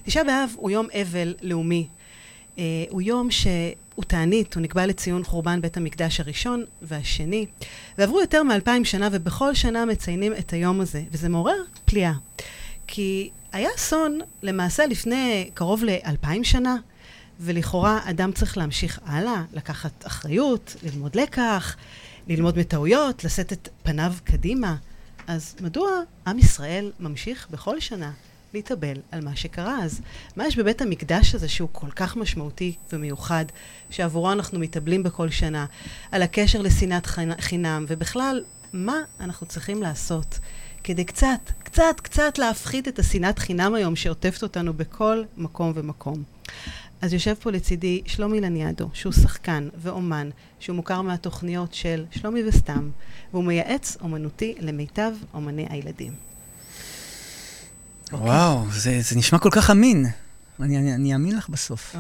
תשעה באב הוא יום אבל לאומי. הוא יום שהוא תענית, הוא נקבע לציון חורבן בית המקדש הראשון והשני, ועברו יותר מ2000 שנה, ובכל שנה מציינים את היום הזה, וזה מעורר פליאה. כי היה אסון למעשה לפני קרוב ל2000 שנה, ולכאורה אדם צריך להמשיך הלאה, לקחת אחריות, ללמוד לקח, ללמוד מטעויות, לשאת את פניו קדימה. אז מדוע עם ישראל ממשיך בכל שנה להתאבל על מה שקרה? אז מה יש בבית המקדש הזה שהוא כל כך משמעותי ומיוחד, שעבורו אנחנו מתאבלים בכל שנה, על הקשר לשנאת חינם, ובכלל, מה אנחנו צריכים לעשות כדי קצת להפחית את השנאת חינם היום שעוטפת אותנו בכל מקום ומקום. אז יושב פה לצידי שלומי לניאדו, שהוא שחקן ואומן, שהוא מוכר מהתוכניות של שלומי וסתם, והוא מייעץ אומנותי למיטב אומני הילדים. וואו, זה נשמע כל כך אמין. אני אאמין לך בסוף.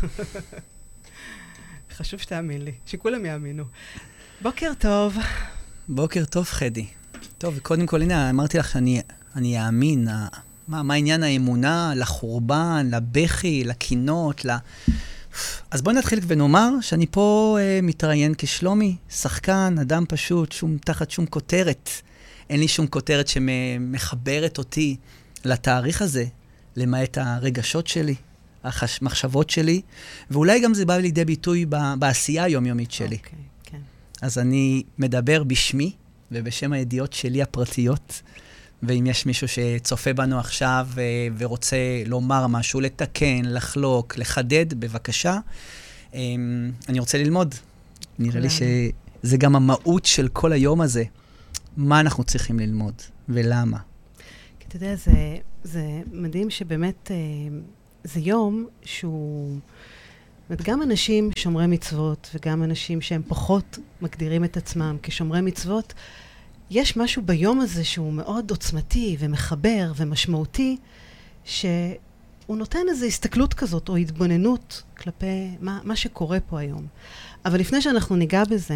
חשוב שתאמין לי, שכולם יאמינו. בוקר טוב. בוקר טוב, חדי. טוב, קודם כל, הנה, אמרתי לך שאני אאמין. מה עניין האמונה לחורבן, לבכי, לקינות, אז בואי נתחיל ונאמר שאני פה מתראיין כשלומי, שחקן, אדם פשוט, תחת שום כותרת. אין לי שום כותרת שמחברת אותי לתאריך הזה, למעט הרגשות שלי, המחשבות שלי, ואולי גם זה בא לידי ביטוי בעשייה היומיומית שלי. אוקיי, כן. אז אני מדבר בשמי ובשם הידיעות שלי הפרטיות, ואם יש מישהו שצופה בנו עכשיו ורוצה לומר משהו, לתקן, לחלוק, לחדד, בבקשה. אני רוצה ללמוד. נראה לי שזה גם המהות של כל היום הזה. מה אנחנו צריכים ללמוד ולמה? כי אתה יודע, זה מדהים שבאמת זה יום שהוא... גם אנשים שומרי מצוות וגם אנשים שהם פחות מגדירים את עצמם כשומרי מצוות, יש משהו ביום הזה שהוא מאוד עוצמתי ומחבר ומשמעותי, שהוא נותן איזו הסתכלות כזאת או התבוננות כלפי מה שקורה פה היום. אבל לפני שאנחנו ניגע בזה,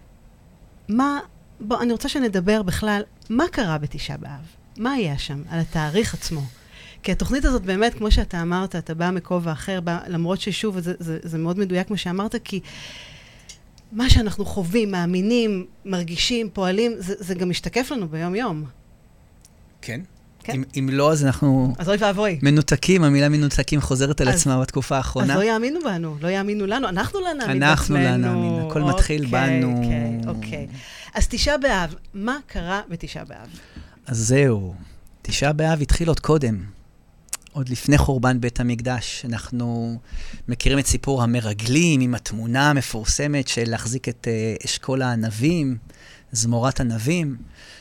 אני רוצה שנדבר בכלל, מה קרה בתשעה באב? מה היה שם על התאריך עצמו? כי התוכנית הזאת באמת, כמו שאתה אמרת, אתה בא מכובע אחר, למרות ששוב, זה מאוד מדויק מה שאמרת, כי מה שאנחנו חווים, מאמינים, מרגישים, פועלים, זה גם משתקף לנו ביום-יום. כן. אם לא, אז אנחנו... אז אוי ואבוי. מנותקים, המילה מנותקים חוזרת על עצמה בתקופה האחרונה. אז לא יאמינו בנו, לא יאמינו לנו, אנחנו לא נאמין בעצמנו. אנחנו לא נאמין, הכל מתחיל בנו. אוקיי. אז תשעה באב, מה קרה בתשעה באב? אז זהו, תשעה באב התחיל עוד קודם. עוד לפני חורבן בית המקדש, אנחנו מכירים את סיפור המרגלים עם התמונה המפורסמת של להחזיק את אשכול הענבים, זמורת ענבים,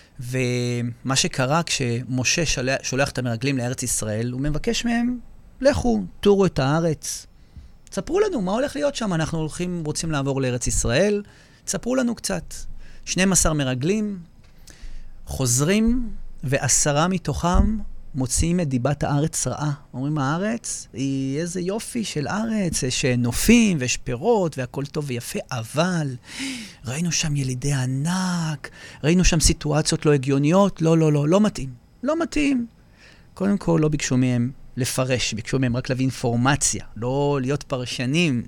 ומה שקרה כשמשה שולח את המרגלים לארץ ישראל, הוא מבקש מהם, לכו, תורו את הארץ, תספרו לנו מה הולך להיות שם, אנחנו רוצים לעבור לארץ ישראל, תספרו לנו קצת. 12 מרגלים חוזרים, ו10 מתוכם מוציאים את דיבת הארץ רעה. אומרים, הארץ היא איזה יופי של ארץ, יש נופים ויש פירות והכל טוב ויפה, אבל ראינו שם ילידי ענק, ראינו שם סיטואציות לא הגיוניות, לא מתאים. לא מתאים. קודם כל לא ביקשו מהם לפרש, ביקשו מהם רק להביא אינפורמציה, לא להיות פרשנים.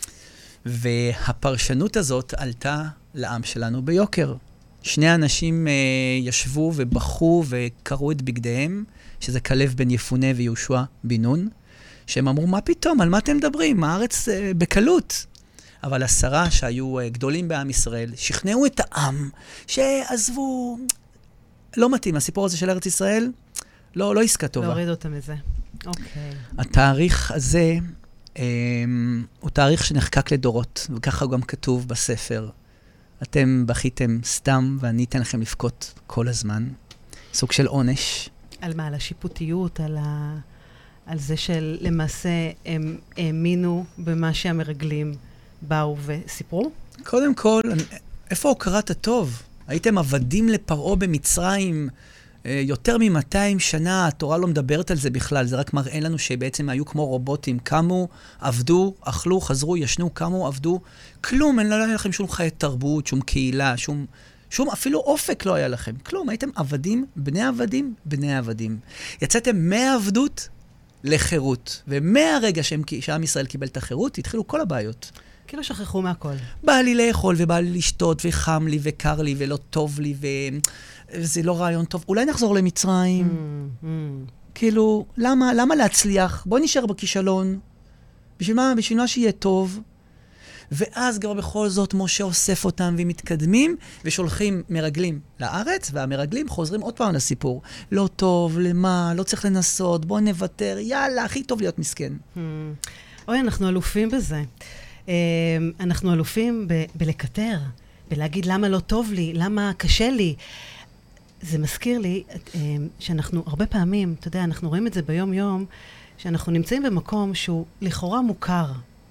והפרשנות הזאת עלתה לעם שלנו ביוקר. 2 אנשים ישבו ובחו וקראו את בגדיהם, שזה כלב בן יפונה ויהושע בן נון, שהם אמרו, מה פתאום, על מה אתם מדברים? הארץ בקלות. אבל 10 שהיו גדולים בעם ישראל, שכנעו את העם, שעזבו, לא מתאים, הסיפור הזה של ארץ ישראל, לא עסקה טובה. להוריד אותם מזה. אוקיי. התאריך הזה הוא תאריך שנחקק לדורות, וככה גם כתוב בספר. אתם בכיתם סתם, ואני אתן לכם לבכות כל הזמן. סוג של עונש. על מה? על השיפוטיות, על זה שלמעשה הם האמינו במה שהמרגלים באו וסיפרו? קודם כל, איפה הוקרת הטוב? הייתם עבדים לפרעה במצרים יותר מ200 שנה, התורה לא מדברת על זה בכלל, זה רק מראה לנו שבעצם היו כמו רובוטים, קמו, עבדו, אכלו, חזרו, ישנו, קמו, עבדו, כלום, לא היה לכם שום חיי תרבות, שום קהילה, שום אפילו אופק לא היה לכם, כלום, הייתם עבדים, בני עבדים, בני עבדים. יצאתם מהעבדות לחירות. ומהרגע שעם ישראל קיבל את החירות, התחילו כל הבעיות. כאילו שכחו מהכל. בא לי לאכול, ובא לי לשתות, וחם לי, וקר לי, ולא טוב לי, וזה לא רעיון טוב. אולי נחזור למצרים. כאילו, למה להצליח? בוא נשאר בכישלון. בשביל מה שיהיה טוב? ואז כבר בכל זאת משה אוסף אותם ומתקדמים, ושולחים מרגלים לארץ, והמרגלים חוזרים עוד פעם לסיפור. לא טוב, למה? לא צריך לנסות, בוא נוותר, יאללה, הכי טוב להיות מסכן. אוי, אנחנו אלופים בזה. אנחנו אלופים בלקטר, בלהגיד למה לא טוב לי, למה קשה לי. זה מזכיר לי שאנחנו הרבה פעמים, אתה יודע, אנחנו רואים את זה ביום-יום, שאנחנו נמצאים במקום שהוא לכאורה מוכר,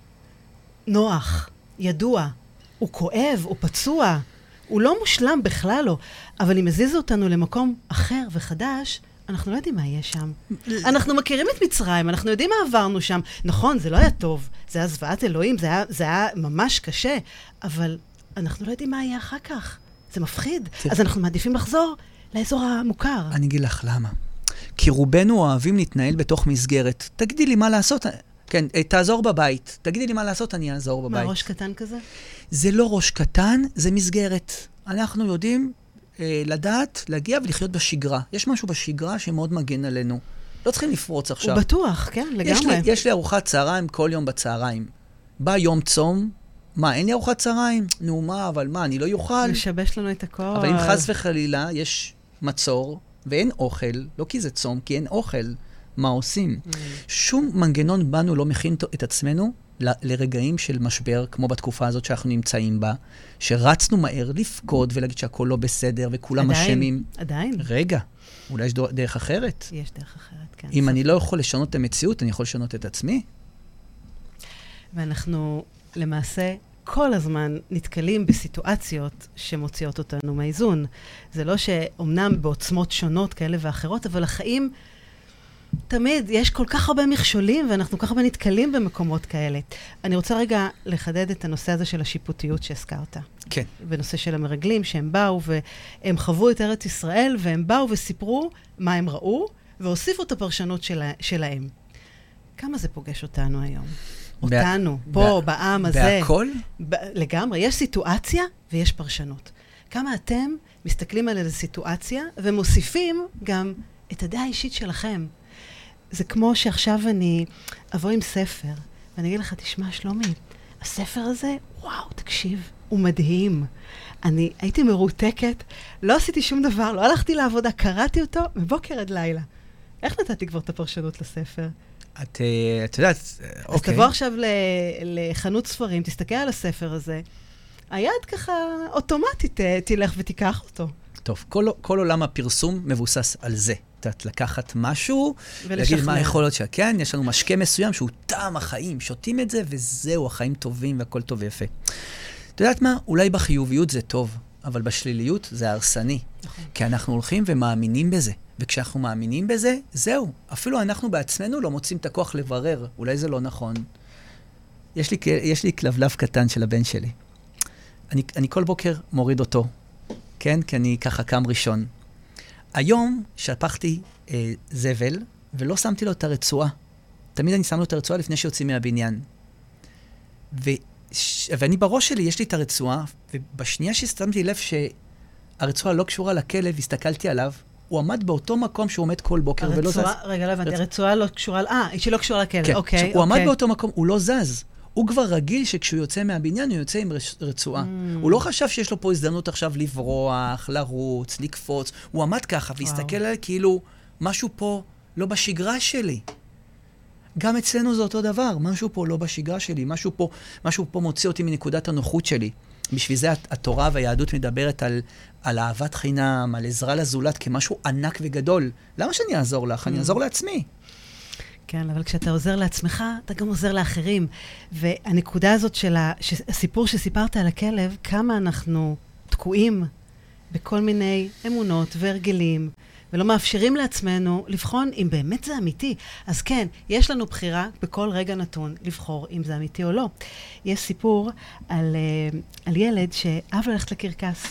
נוח, ידוע, הוא כואב, הוא פצוע, הוא לא מושלם בכלל לא, אבל אם הזיזו אותנו למקום אחר וחדש, אנחנו לא יודעים מה יהיה שם. אנחנו מכירים את מצרים, אנחנו יודעים מה עברנו שם. נכון, זה לא היה טוב, זה היה זוועת אלוהים, זה היה ממש קשה, אבל אנחנו לא יודעים מה יהיה אחר כך. זה מפחיד. אז אנחנו מעדיפים לחזור לאזור המוכר. אני אגיד לך למה. כי רובנו אוהבים להתנהל בתוך מסגרת. תגידי לי מה לעשות. כן, תעזור בבית. תגידי לי מה לעשות, אני אעזור בבית. מה, ראש קטן כזה? זה לא ראש קטן, זה מסגרת. אנחנו יודעים לדעת, להגיע ולחיות בשגרה. יש משהו בשגרה שמאוד מגן עלינו. לא צריכים לפרוץ עכשיו. הוא בטוח, כן, לגמרי. יש לי ארוחת צהריים כל יום בצהריים. בא יום צום, מה, אין לי ארוחת צהריים? נו, מה, אבל מה, אני לא יוכל? משבש לנו את הכל. אבל אם חס וחלילה יש מצור ואין אוכל, לא כי זה צום, כי אין אוכל, מה עושים? שום מנגנון בנו לא מכין את עצמנו לרגעים של משבר, כמו בתקופה הזאת שאנחנו נמצאים בה, שרצנו מהר לפקוד ולהגיד שהכל לא בסדר וכולם אשמים. עדיין. רגע, אולי יש דרך אחרת. יש דרך אחרת, כן. אם אני לא יכול לשנות את המציאות, אני יכול לשנות את עצמי. ואנחנו למעשה כל הזמן נתקלים בסיטואציות שמוציאות אותנו מהאיזון. זה לא שאומנם בעוצמות שונות כאלה ואחרות, אבל החיים תמיד יש כל כך הרבה מכשולים, ואנחנו כל כך הרבה נתקלים במקומות כאלה. אני רוצה רגע לחדד את הנושא הזה של השיפוטיות שהזכרת. כן. בנושא של המרגלים, שהם באו והם חוו את ארץ ישראל, והם באו וסיפרו מה הם ראו, והוסיפו את הפרשנות שלהם. כמה זה פוגש אותנו היום? אותנו, פה, בעם הזה. בהכל? לגמרי. יש סיטואציה ויש פרשנות. כמה אתם מסתכלים על איזו סיטואציה, ומוסיפים גם את הדעה האישית שלכם. זה כמו שעכשיו אני אבוא עם ספר, ואני אגיד לך, תשמע, שלומי, הספר הזה, וואו, תקשיב, הוא מדהים. אני הייתי מרותקת, לא עשיתי שום דבר, לא הלכתי לעבודה, קראתי אותו מבוקר עד לילה. איך נתתי כבר את הפרשנות לספר? את יודעת, אוקיי. אז תבוא עכשיו לחנות ספרים, תסתכל על הספר הזה, היד ככה אוטומטית תלך ותיקח אותו. טוב, כל עולם הפרסום מבוסס על זה. את לקחת משהו, להגיד מה יכול להיות שכן, יש לנו משקה מסוים שהוא טעם החיים, שותים את זה וזהו, החיים טובים והכל טוב ויפה. את יודעת מה? אולי בחיוביות זה טוב, אבל בשליליות זה הרסני. כי אנחנו הולכים ומאמינים בזה. וכשאנחנו מאמינים בזה, זהו. אפילו אנחנו בעצמנו לא מוצאים את הכוח לברר. אולי זה לא נכון. יש לי כלבלב קטן של הבן שלי. אני כל בוקר מוריד אותו. כן? כי אני ככה קם ראשון. היום שפכתי זבל, ולא שמתי לו את הרצועה. תמיד אני שם לו את הרצועה לפני שיוצאים מהבניין. ואני בראש שלי, יש לי את הרצועה, ובשנייה ששמתי לב שהרצועה לא קשורה לכלב, הסתכלתי עליו, הוא עמד באותו מקום שהוא עומד כל בוקר ולא זז. רגע, לא הבנתי, הרצועה לא קשורה, שהיא לא קשורה לכלב, כן. אוקיי. הוא עמד באותו מקום, הוא לא זז. הוא כבר רגיל שכשהוא יוצא מהבניין, הוא יוצא עם רצועה. הוא לא חשב שיש לו פה הזדמנות עכשיו לברוח, לרוץ, לקפוץ. הוא עמד ככה והסתכל עליי כאילו, משהו פה לא בשגרה שלי. גם אצלנו זה אותו דבר, משהו פה לא בשגרה שלי, משהו פה מוציא אותי מנקודת הנוחות שלי. בשביל זה התורה והיהדות מדברת על אהבת חינם, על עזרה לזולת כמשהו ענק וגדול. למה שאני אעזור לך? אני אעזור לעצמי. כן, אבל כשאתה עוזר לעצמך, אתה גם עוזר לאחרים. והנקודה הזאת של הסיפור שסיפרת על הכלב, כמה אנחנו תקועים בכל מיני אמונות והרגלים, ולא מאפשרים לעצמנו לבחון אם באמת זה אמיתי. אז כן, יש לנו בחירה בכל רגע נתון לבחור אם זה אמיתי או לא. יש סיפור על ילד שאהב ללכת לקרקס,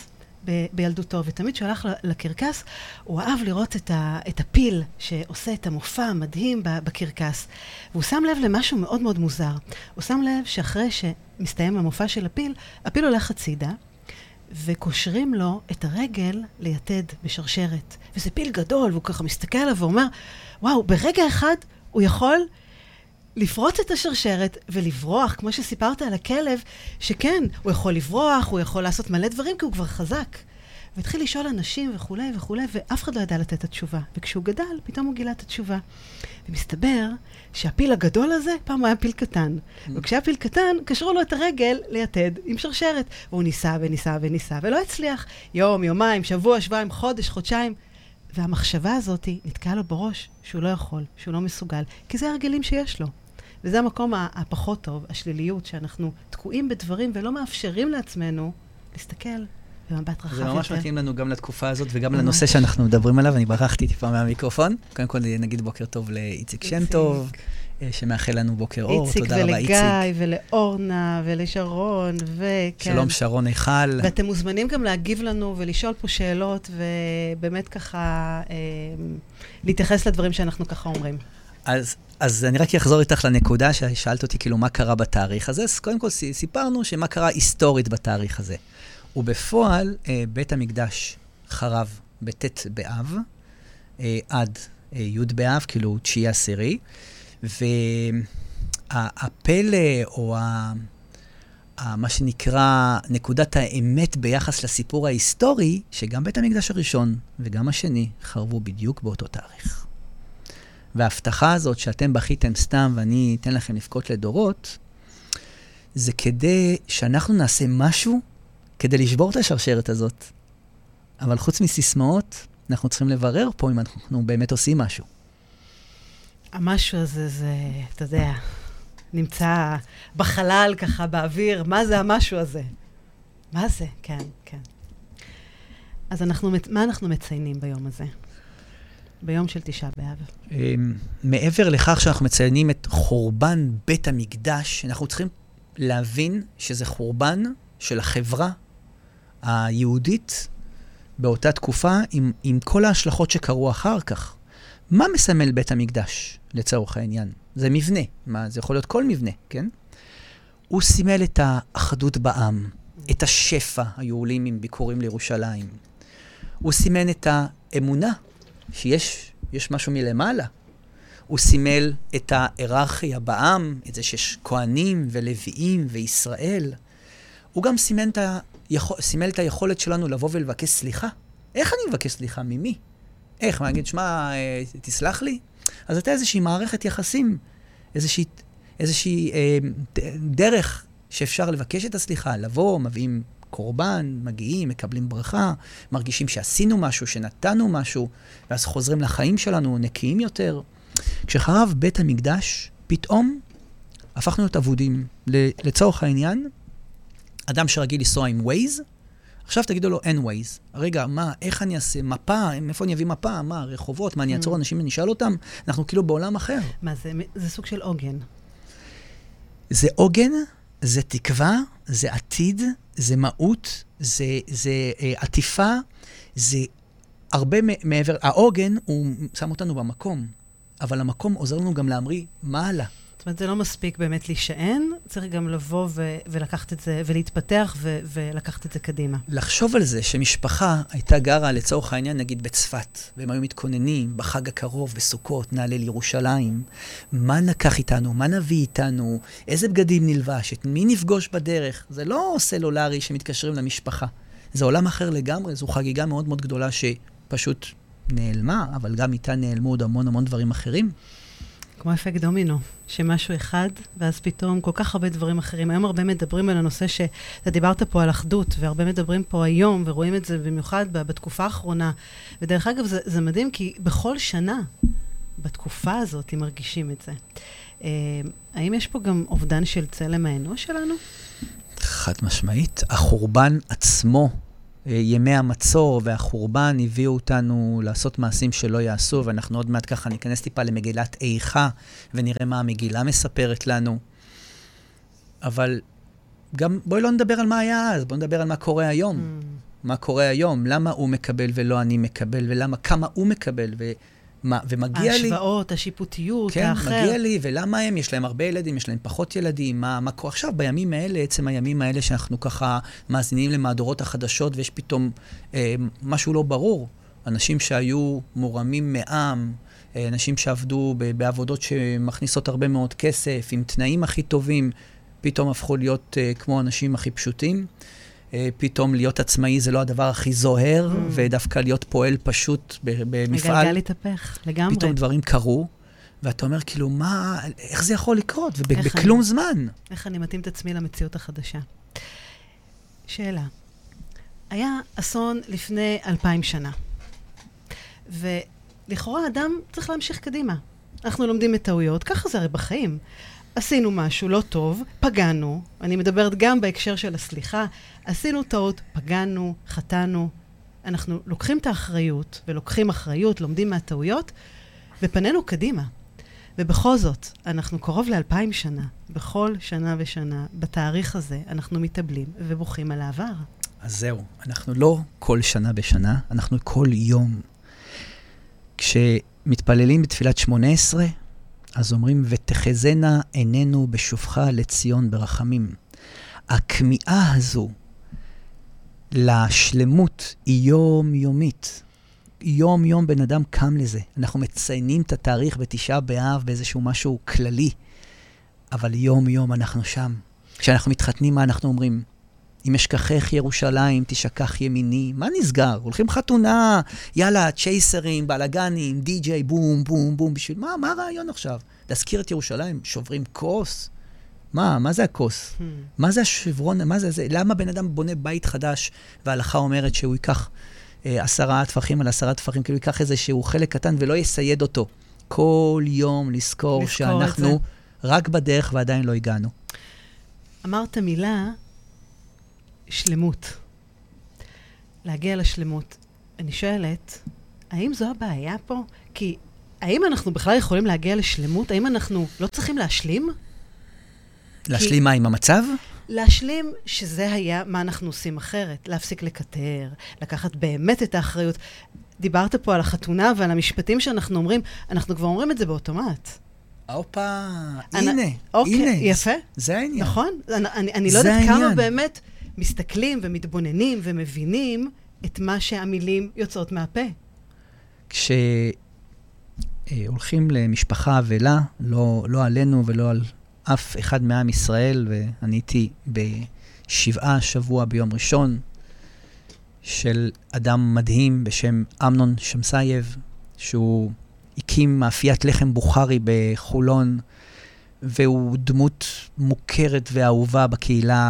בילדותו, ותמיד שהוא הלך לקרקס, הוא אהב לראות את הפיל שעושה את המופע המדהים בקרקס. והוא שם לב למשהו מאוד מאוד מוזר. הוא שם לב שאחרי שמסתיים המופע של הפיל, הפיל הולך הצידה, וקושרים לו את הרגל ליתד בשרשרת. וזה פיל גדול, והוא ככה מסתכל עליו ואומר, וואו, ברגע אחד הוא יכול לפרוץ את השרשרת ולברוח, כמו שסיפרת על הכלב, שכן, הוא יכול לברוח, הוא יכול לעשות מלא דברים, כי הוא כבר חזק. והתחיל לשאול אנשים וכו' וכו', ואף אחד לא ידע לתת את התשובה. וכשהוא גדל, פתאום הוא גילה את התשובה. ומסתבר שהפיל הגדול הזה, פעם הוא היה פיל קטן. וכשהיה פיל קטן, קשרו לו את הרגל ליתד עם שרשרת. והוא ניסה וניסה וניסה, ולא הצליח. יום, יומיים, שבוע, שבועיים, חודש, חודשיים. והמחשבה הזאת נתקעה לו בראש שהוא לא יכול, שהוא לא מסוגל, כי זה הרגלים שיש לו. וזה המקום הפחות טוב, השליליות, שאנחנו תקועים בדברים ולא מאפשרים לעצמנו להסתכל במבט רחב יותר. זה ממש מתאים לנו גם לתקופה הזאת וגם לנושא שאנחנו מדברים עליו. אני ברחתי טיפה מהמיקרופון. קודם כל נגיד בוקר טוב לאיציק שם טוב, שמאחל לנו בוקר אור. תודה רבה איציק. ולגיא ולאורנה ולשרון וכן. שלום שרון איכל. ואתם מוזמנים גם להגיב לנו ולשאול פה שאלות ובאמת ככה להתייחס לדברים שאנחנו ככה אומרים. אז אני רק אחזור איתך לנקודה ששאלת אותי כאילו מה קרה בתאריך הזה. אז קודם כל סיפרנו שמה קרה היסטורית בתאריך הזה. ובפועל בית המקדש חרב בט' באב עד י' באב, כאילו 9/10. והפלא או מה שנקרא נקודת האמת ביחס לסיפור ההיסטורי, שגם בית המקדש הראשון וגם השני חרבו בדיוק באותו תאריך. וההבטחה הזאת שאתם בכיתם סתם ואני אתן לכם לבכות לדורות, זה כדי שאנחנו נעשה משהו כדי לשבור את השרשרת הזאת. אבל חוץ מסיסמאות, אנחנו צריכים לברר פה אם אנחנו באמת עושים משהו. המשהו הזה זה, אתה יודע, נמצא בחלל ככה באוויר. מה זה המשהו הזה? מה זה? כן, כן. אז מה אנחנו מציינים ביום הזה? ביום של 9 באב. מעבר לכך שאנחנו מציינים את חורבן בית המקדש, אנחנו צריכים להבין שזה חורבן של החברה היהודית באותה תקופה, עם כל ההשלכות שקרו אחר כך. מה מסמל בית המקדש, לצורך העניין? זה מבנה. זה יכול להיות כל מבנה, כן? הוא סימל את האחדות בעם, את השפע, היו עולים עם ביקורים לירושלים. הוא סימן את האמונה, שיש משהו מלמעלה. הוא סימל את ההיררכיה בעם, את זה שיש כהנים ולוויים וישראל. הוא גם סימל את היכולת שלנו לבוא ולבקש סליחה. איך אני מבקש סליחה? ממי? איך? מה, אגיד, שמע, תסלח לי? אז אתה איזושהי מערכת יחסים, איזושהי דרך שאפשר לבקש את הסליחה, לבוא, מביאים קורבן, מגיעים, מקבלים ברכה, מרגישים שעשינו משהו, שנתנו משהו, ואז חוזרים לחיים שלנו, נקיים יותר. כשחרב בית המקדש, פתאום הפכנו להיות עבודים. לצורך העניין, אדם שרגיל לנסוע עם ווייז, עכשיו תגידו לו, אין ווייז. רגע, מה, איך אני אעשה? מפה, איפה אני אביא מפה? מה, רחובות? מה, אני אעצור אנשים ונשאל אותם? אנחנו כאילו בעולם אחר. מה, זה סוג של עוגן. זה עוגן, זה תקווה, זה עתיד, זה מהות, זה עטיפה, זה הרבה מעבר. העוגן הוא שם אותנו במקום, אבל המקום עוזר לנו גם להמריא מעלה. זאת אומרת, זה לא מספיק באמת להישען, צריך גם לבוא ולקחת את זה, ולהתפתח ולקחת את זה קדימה. לחשוב על זה שמשפחה הייתה גרה לצורך העניין, נגיד בצפת, והם היו מתכוננים בחג הקרוב, בסוכות, נעלה לירושלים, מה נקח איתנו, מה נביא איתנו, איזה בגדים נלבש, את מי נפגוש בדרך. זה לא סלולרי שמתקשרים למשפחה. זה עולם אחר לגמרי, זו חגיגה מאוד מאוד גדולה שפשוט נעלמה, אבל גם איתה נעלמו עוד המון דברים אחרים. כמו אפקט דומינו, שמשהו אחד, ואז פתאום כל כך הרבה דברים אחרים. היום הרבה מדברים על הנושא שאתה דיברת פה על אחדות, והרבה מדברים פה היום, ורואים את זה במיוחד בתקופה האחרונה. ודרך אגב, זה מדהים, כי בכל שנה, בתקופה הזאת, הם מרגישים את זה. האם יש פה גם אובדן של צלם האנוש שלנו? חד משמעית. החורבן עצמו, ימי המצור והחורבן הביאו אותנו לעשות מעשים שלא יעשו, ואנחנו עוד מעט ככה ניכנס טיפה למגילת איכה, ונראה מה המגילה מספרת לנו. אבל גם בואי לא נדבר על מה היה אז, בואי נדבר על מה קורה היום. מה קורה היום, למה הוא מקבל ולא אני מקבל, ולמה כמה הוא מקבל, ומגיע לי... ההשוואות, השיפוטיות, כן, האחר. כן, מגיע לי, ולמה הם, יש להם הרבה ילדים, יש להם פחות ילדים, מה קורה עכשיו בימים האלה, עצם הימים האלה שאנחנו ככה מאזינים למהדורות החדשות, ויש פתאום משהו לא ברור. אנשים שהיו מורמים מעם, אנשים שעבדו בעבודות שמכניסות הרבה מאוד כסף, עם תנאים הכי טובים, פתאום הפכו להיות כמו אנשים הכי פשוטים. פתאום להיות עצמאי זה לא הדבר הכי זוהר, ודווקא להיות פועל פשוט במפעל. הגלגל להתהפך, לגמרי. פתאום דברים קרו, ואתה אומר כאילו, איך זה יכול לקרות? ובכלום זמן. איך אני מתאים את עצמי למציאות החדשה? שאלה. היה אסון לפני 2000 שנה. ולכאורה אדם צריך להמשיך קדימה. אנחנו לומדים את טעויות, ככה זה הרי בחיים. עשינו משהו לא טוב, פגענו, אני מדברת גם בהקשר של הסליחה, עשינו טעות, פגענו, חטאנו. אנחנו לוקחים את האחריות, ולוקחים אחריות, לומדים מהטעויות, ופנינו קדימה. ובכל זאת, אנחנו קרוב ל2000 שנה, בכל שנה ושנה, בתאריך הזה, אנחנו מתאבלים ובוכים על העבר. אז זהו, אנחנו לא כל שנה בשנה, אנחנו כל יום. כשמתפללים בתפילת 18, אז אומרים, ותחזנה עינינו בשובך לציון ברחמים. הכמיהה הזו לשלמות היא יומיומית. יום בן אדם קם לזה. אנחנו מציינים את התאריך בתשעה באב באיזשהו משהו כללי, אבל יום אנחנו שם. כשאנחנו מתחתנים, מה אנחנו אומרים? אם אשכחך ירושלים, תשכח ימיני. מה נסגר? הולכים חתונה, יאללה, צ'ייסרים, בלגנים, די-ג'יי, בום, בום, בום. בשביל מה הרעיון עכשיו? להזכיר את ירושלים, שוברים כוס? מה זה הכוס? מה זה השברון? מה זה? למה בן אדם בונה בית חדש, וההלכה אומרת שהוא ייקח 10 טפחים על 10 טפחים, כאילו ייקח איזשהו חלק קטן ולא יסייד אותו. כל יום לזכור שאנחנו רק בדרך ועדיין לא הגענו. אמרת מילה, שלמות. להגיע לשלמות. אני שואלת, האם זו הבעיה פה? כי האם אנחנו בכלל יכולים להגיע לשלמות? האם אנחנו לא צריכים להשלים? להשלים מה עם המצב? להשלים שזה היה מה אנחנו עושים אחרת. להפסיק לקטר, לקחת באמת את האחריות. דיברת פה על החתונה ועל המשפטים שאנחנו אומרים, אנחנו כבר אומרים את זה באוטומט. אופה, הנה. אוקיי, יפה. זה העניין. נכון. אני לא יודעת כמה באמת מסתכלים ומתבוננים ומבינים את מה שהמילים יוצאות מהפה. כשהולכים למשפחה אבלה, לא עלינו ולא על אף אחד מעם ישראל, ואני הייתי בשבעה שבוע ביום ראשון, של אדם מדהים בשם אמנון שמסייב, שהוא הקים מאפיית לחם בוכרי בחולון, והוא דמות מוכרת ואהובה בקהילה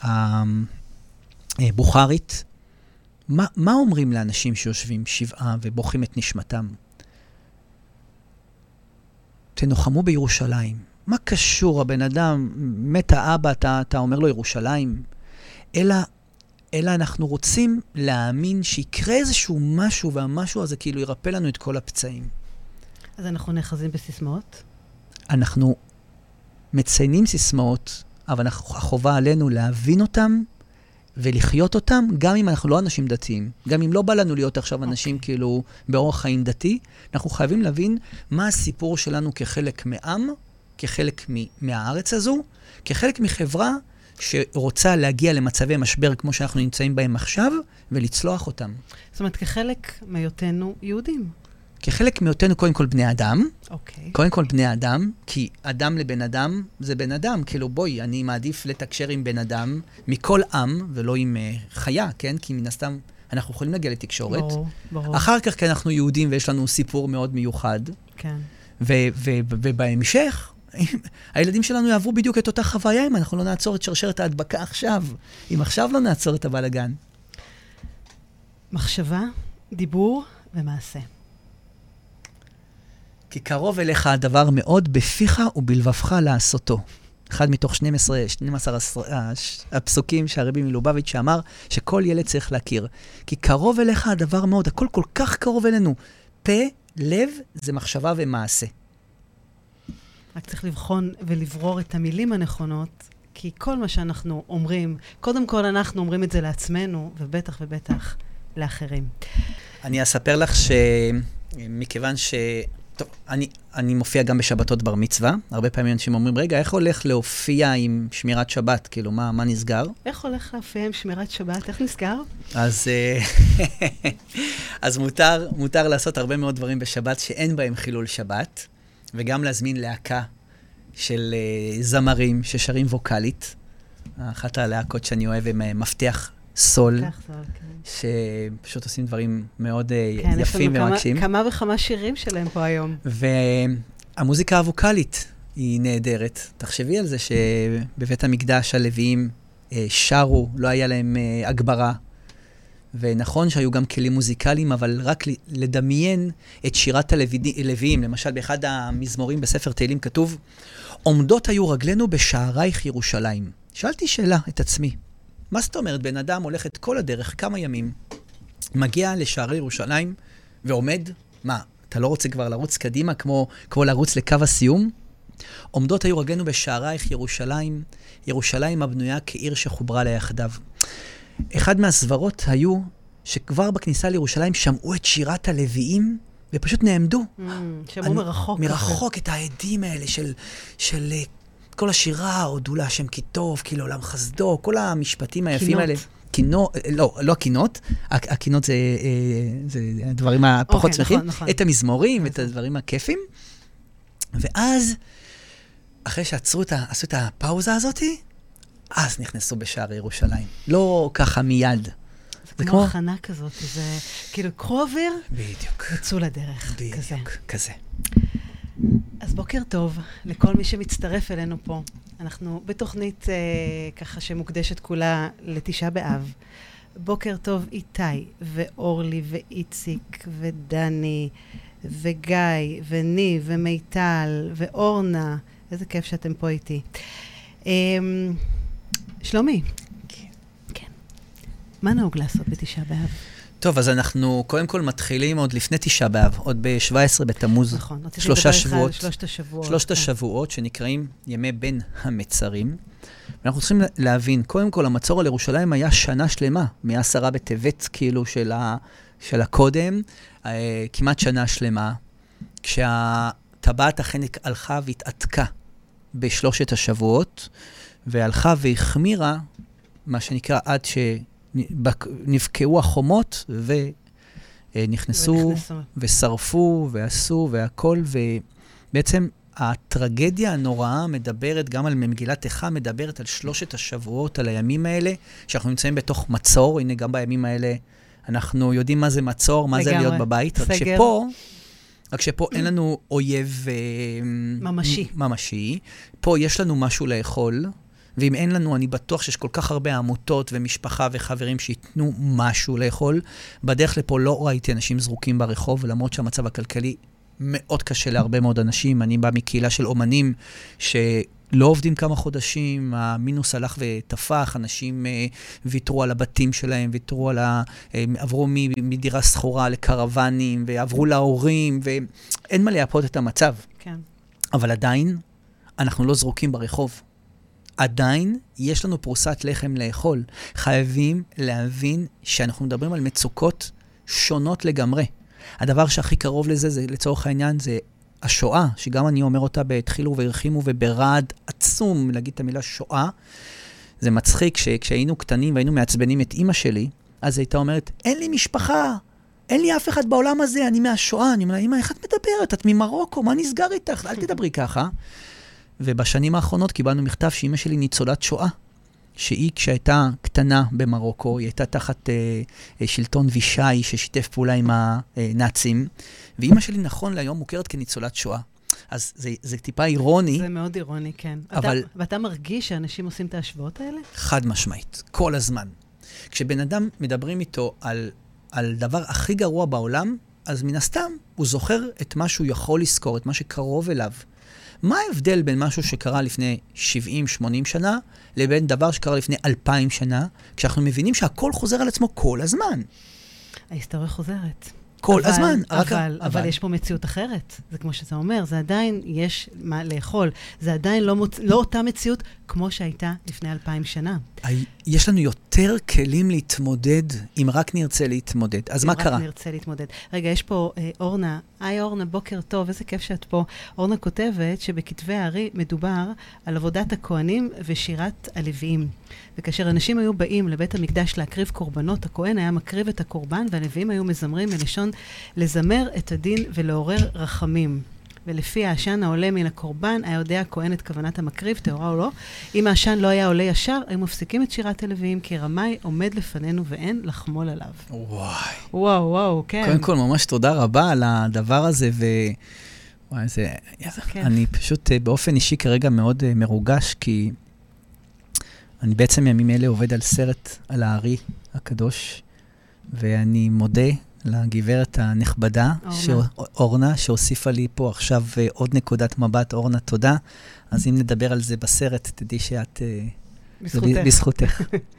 הבוכרית. מה אומרים לאנשים שיושבים שבעה ובוכים את נשמתם? תנוחמו בירושלים. מה קשור הבן אדם? מת האבא, אתה אומר לו ירושלים? אלא אנחנו רוצים להאמין שיקרה איזשהו משהו, והמשהו הזה כאילו ירפא לנו את כל הפצעים. אז אנחנו נחזים בסיסמאות? אנחנו מציינים סיסמאות, אבל החובה עלינו להבין אותם ולחיות אותם, גם אם אנחנו לא אנשים דתיים. גם אם לא בא לנו להיות עכשיו אנשים כאילו באורח חיים דתי, אנחנו חייבים להבין מה הסיפור שלנו כחלק מעם, כחלק מהארץ הזו, כחלק מחברה שרוצה להגיע למצבי משבר כמו שאנחנו נמצאים בהם עכשיו, ולצלוח אותם. זאת אומרת, כחלק מהיותנו יהודים. כחלק מהיותנו קודם כל בני אדם. אוקיי. קודם כל בני אדם, כי אדם לבן אדם זה בן אדם. כאילו בואי, אני מעדיף לתקשר עם בן אדם מכל עם, ולא עם חיה, כן? כי מן הסתם אנחנו יכולים להגיע לתקשורת. ברור. אחר כך כי אנחנו יהודים ויש לנו סיפור מאוד מיוחד. כן. ובהמשך, הילדים שלנו יעברו בדיוק את אותה חוויה אם אנחנו לא נעצור את שרשרת ההדבקה עכשיו. אם עכשיו לא נעצור את הבלגן. מחשבה, דיבור ומעשה. כי קרוב אליך הדבר מאוד בפיך ובלבבך לעשותו. אחד מתוך 12 הפסוקים שהרבי מלובביץ' שאמר שכל ילד צריך להכיר. כי קרוב אליך הדבר מאוד, הכל כל כך קרוב אלינו. פה, לב, זה מחשבה ומעשה. רק צריך לבחון ולברור את המילים הנכונות כי כל מה שאנחנו אומרים, קודם כל אנחנו אומרים את זה לעצמנו, ובטח ובטח לאחרים. אני אספר לך שמכיוון טוב, אני מופיע גם בשבתות בר מצווה. הרבה פעמים אנשים אומרים, רגע, איך הולך להופיע עם שמירת שבת? כאילו, מה נסגר? איך הולך להופיע עם שמירת שבת? איך נסגר? אז מותר לעשות הרבה מאוד דברים בשבת שאין בהם חילול שבת, וגם להזמין להקה של זמרים ששרים ווקלית. אחת הלהקות שאני אוהב הם מפתח סול. שפשוט עושים דברים מאוד יפים ומקשים. כמה וכמה שירים שלהם פה היום. והמוזיקה הווקלית היא נהדרת. תחשבי על זה שבבית המקדש הלוויים שרו, לא היה להם הגברה. ונכון שהיו גם כלים מוזיקליים, אבל רק לדמיין את שירת הלוויים. למשל, באחד המזמורים בספר תהילים כתוב, עומדות היו רגלינו בשערייך ירושלים. שאלתי שאלה את עצמי. מה זאת אומרת? בן אדם הולך את כל הדרך, כמה ימים, מגיע לשערי ירושלים ועומד, מה, אתה לא רוצה כבר לרוץ קדימה כמו לרוץ לקו הסיום? עומדות היו רגלינו בשערייך ירושלים, ירושלים הבנויה כעיר שחוברה ליחדיו. אחד מהסברות היו שכבר בכניסה לירושלים שמעו את שירת הלוויים ופשוט נעמדו. שמעו מרחוק. מרחוק את העדים האלה של כל השירה, הודו להשם כי טוב, כי לעולם חסדו, כל המשפטים היפים האלה. לא הקינות, הקינות זה הדברים הפחות שמחים, את המזמורים, את הדברים הכיפים. ואז, אחרי שעשו את הפאוזה הזאת, אז נכנסו בשער ירושלים. לא ככה מיד. זה כמו הכנה כזאת, זה כאילו קחו אוויר, בדיוק. יצאו לדרך. בדיוק, כזה. אז בוקר טוב לכל מי שמצטרף אלינו פה. אנחנו בתוכנית ככה שמוקדשת כולה לתשעה באב. בוקר טוב איתי ואורלי ואיציק ודני וגיא וניב ומיטל ואורנה. איזה כיף שאתם פה איתי. שלומי. כן. מה נהוג לעשות בתשעה באב? טוב, אז אנחנו קודם כל מתחילים עוד לפני תשעה באב, עוד ב-17 בתמוז. נכון, שלושת השבועות שנקראים ימי בין המצרים. ואנחנו צריכים להבין, קודם כל המצור על ירושלים היה שנה שלמה, מ10 בטבת כאילו של הקודם, כמעט שנה שלמה, כשהטבעת החנק הלכה והתעתקה בשלושת השבועות, והלכה והחמירה, מה שנקרא עד נבקעו החומות ונכנסו ושרפו ועשו והכל, ובעצם הטרגדיה הנוראה מדברת גם על מגילת איכה, מדברת על שלושת השבועות, על הימים האלה, שאנחנו נמצאים בתוך מצור. הנה גם בימים האלה אנחנו יודעים מה זה מצור, מה זה להיות בבית. רק שפה אין לנו אויב ממשי. פה יש לנו משהו לאכול, ואם אין לנו, אני בטוח שיש כל כך הרבה עמותות ומשפחה וחברים שיתנו משהו לאכול. בדרך לפה לא ראיתי אנשים זרוקים ברחוב, ולמרות שהמצב הכלכלי מאוד קשה להרבה מאוד אנשים. אני בא מקהילה של אומנים שלא עובדים כמה חודשים, המינוס הלך ותפח, אנשים ויתרו על הבתים שלהם, עברו מדירה סחורה לקרוונים, ועברו להורים, ואין מה להפות את המצב. כן. אבל עדיין, אנחנו לא זרוקים ברחוב. עדיין יש לנו פרוסת לחם לאכול. חייבים להבין שאנחנו מדברים על מצוקות שונות לגמרי. הדבר שהכי קרוב לזה, זה, לצורך העניין, זה השואה, שגם אני אומר אותה בהתחילו והרחימו וברעד עצום, להגיד את המילה שואה. זה מצחיק שכשהיינו קטנים והיינו מעצבנים את אמא שלי, אז הייתה אומרת, אין לי משפחה, אין לי אף אחד בעולם הזה, אני מהשואה. אני אומר, אמא, איך את מדברת? את ממרוקו, מה נסגר איתך? אל תדברי ככה. ובשנים האחרונות קיבלנו מכתב שאמא שלי ניצולת שואה, שהיא כשהייתה קטנה במרוקו, היא הייתה תחת שלטון וישי ששיתף פעולה עם הנאצים, ואמא שלי נכון להיום מוכרת כניצולת שואה. אז זה טיפה אירוני. זה מאוד אירוני, כן. ואתה מרגיש שאנשים עושים את ההשוואות האלה? חד משמעית, כל הזמן. כשבן אדם מדברים איתו על דבר הכי גרוע בעולם, אז מן הסתם הוא זוכר את מה שהוא יכול לזכור, את מה שקרוב אליו. מה ההבדל בין משהו שקרה לפני 70-80 שנה, לבין דבר שקרה לפני 2000 שנה, כשאנחנו מבינים שהכל חוזר על עצמו כל הזמן? ההיסטוריה חוזרת. כל הזמן. אבל יש פה מציאות אחרת. זה כמו שאתה אומר, זה עדיין יש מה לאכול. זה עדיין לא אותה מציאות כמו שהייתה לפני 2000 שנה. יש לנו יותר כלים להתמודד, אם רק נרצה להתמודד. אז מה קרה? אם רק נרצה להתמודד. רגע, יש פה אורנה. היי אורנה, בוקר טוב, איזה כיף שאת פה. אורנה כותבת שבכתבי הארי מדובר על עבודת הכהנים ושירת הלוויים. וכאשר אנשים היו באים לבית המקדש להקריב קורבנות, הכהן היה מקריב את הקורבן, והלוויים היו מזמרים מלשון לזמר את הדין ולעורר רחמים. ולפי העשן העולה מן הקורבן, היה יודע הכהן את כוונת המקריב, טהורה או לא. אם העשן לא היה עולה ישר, היו מפסיקים את שירת הלוויים, כי רמאי עומד לפנינו ואין לחמול עליו. וואי. וואו, כן. קודם כל, ממש תודה רבה על הדבר הזה, וואי, אני פשוט באופן אישי כרגע מאוד מרוגש, כי אני בעצם ימים אלה עובד על סרט על הארי הקדוש, ואני מודה לגברת הנכבדה, אורנה, שהוסיפה לי פה עכשיו עוד נקודת מבט. אורנה, תודה. אז אם נדבר על זה בסרט, תדעי שאת... בזכותך.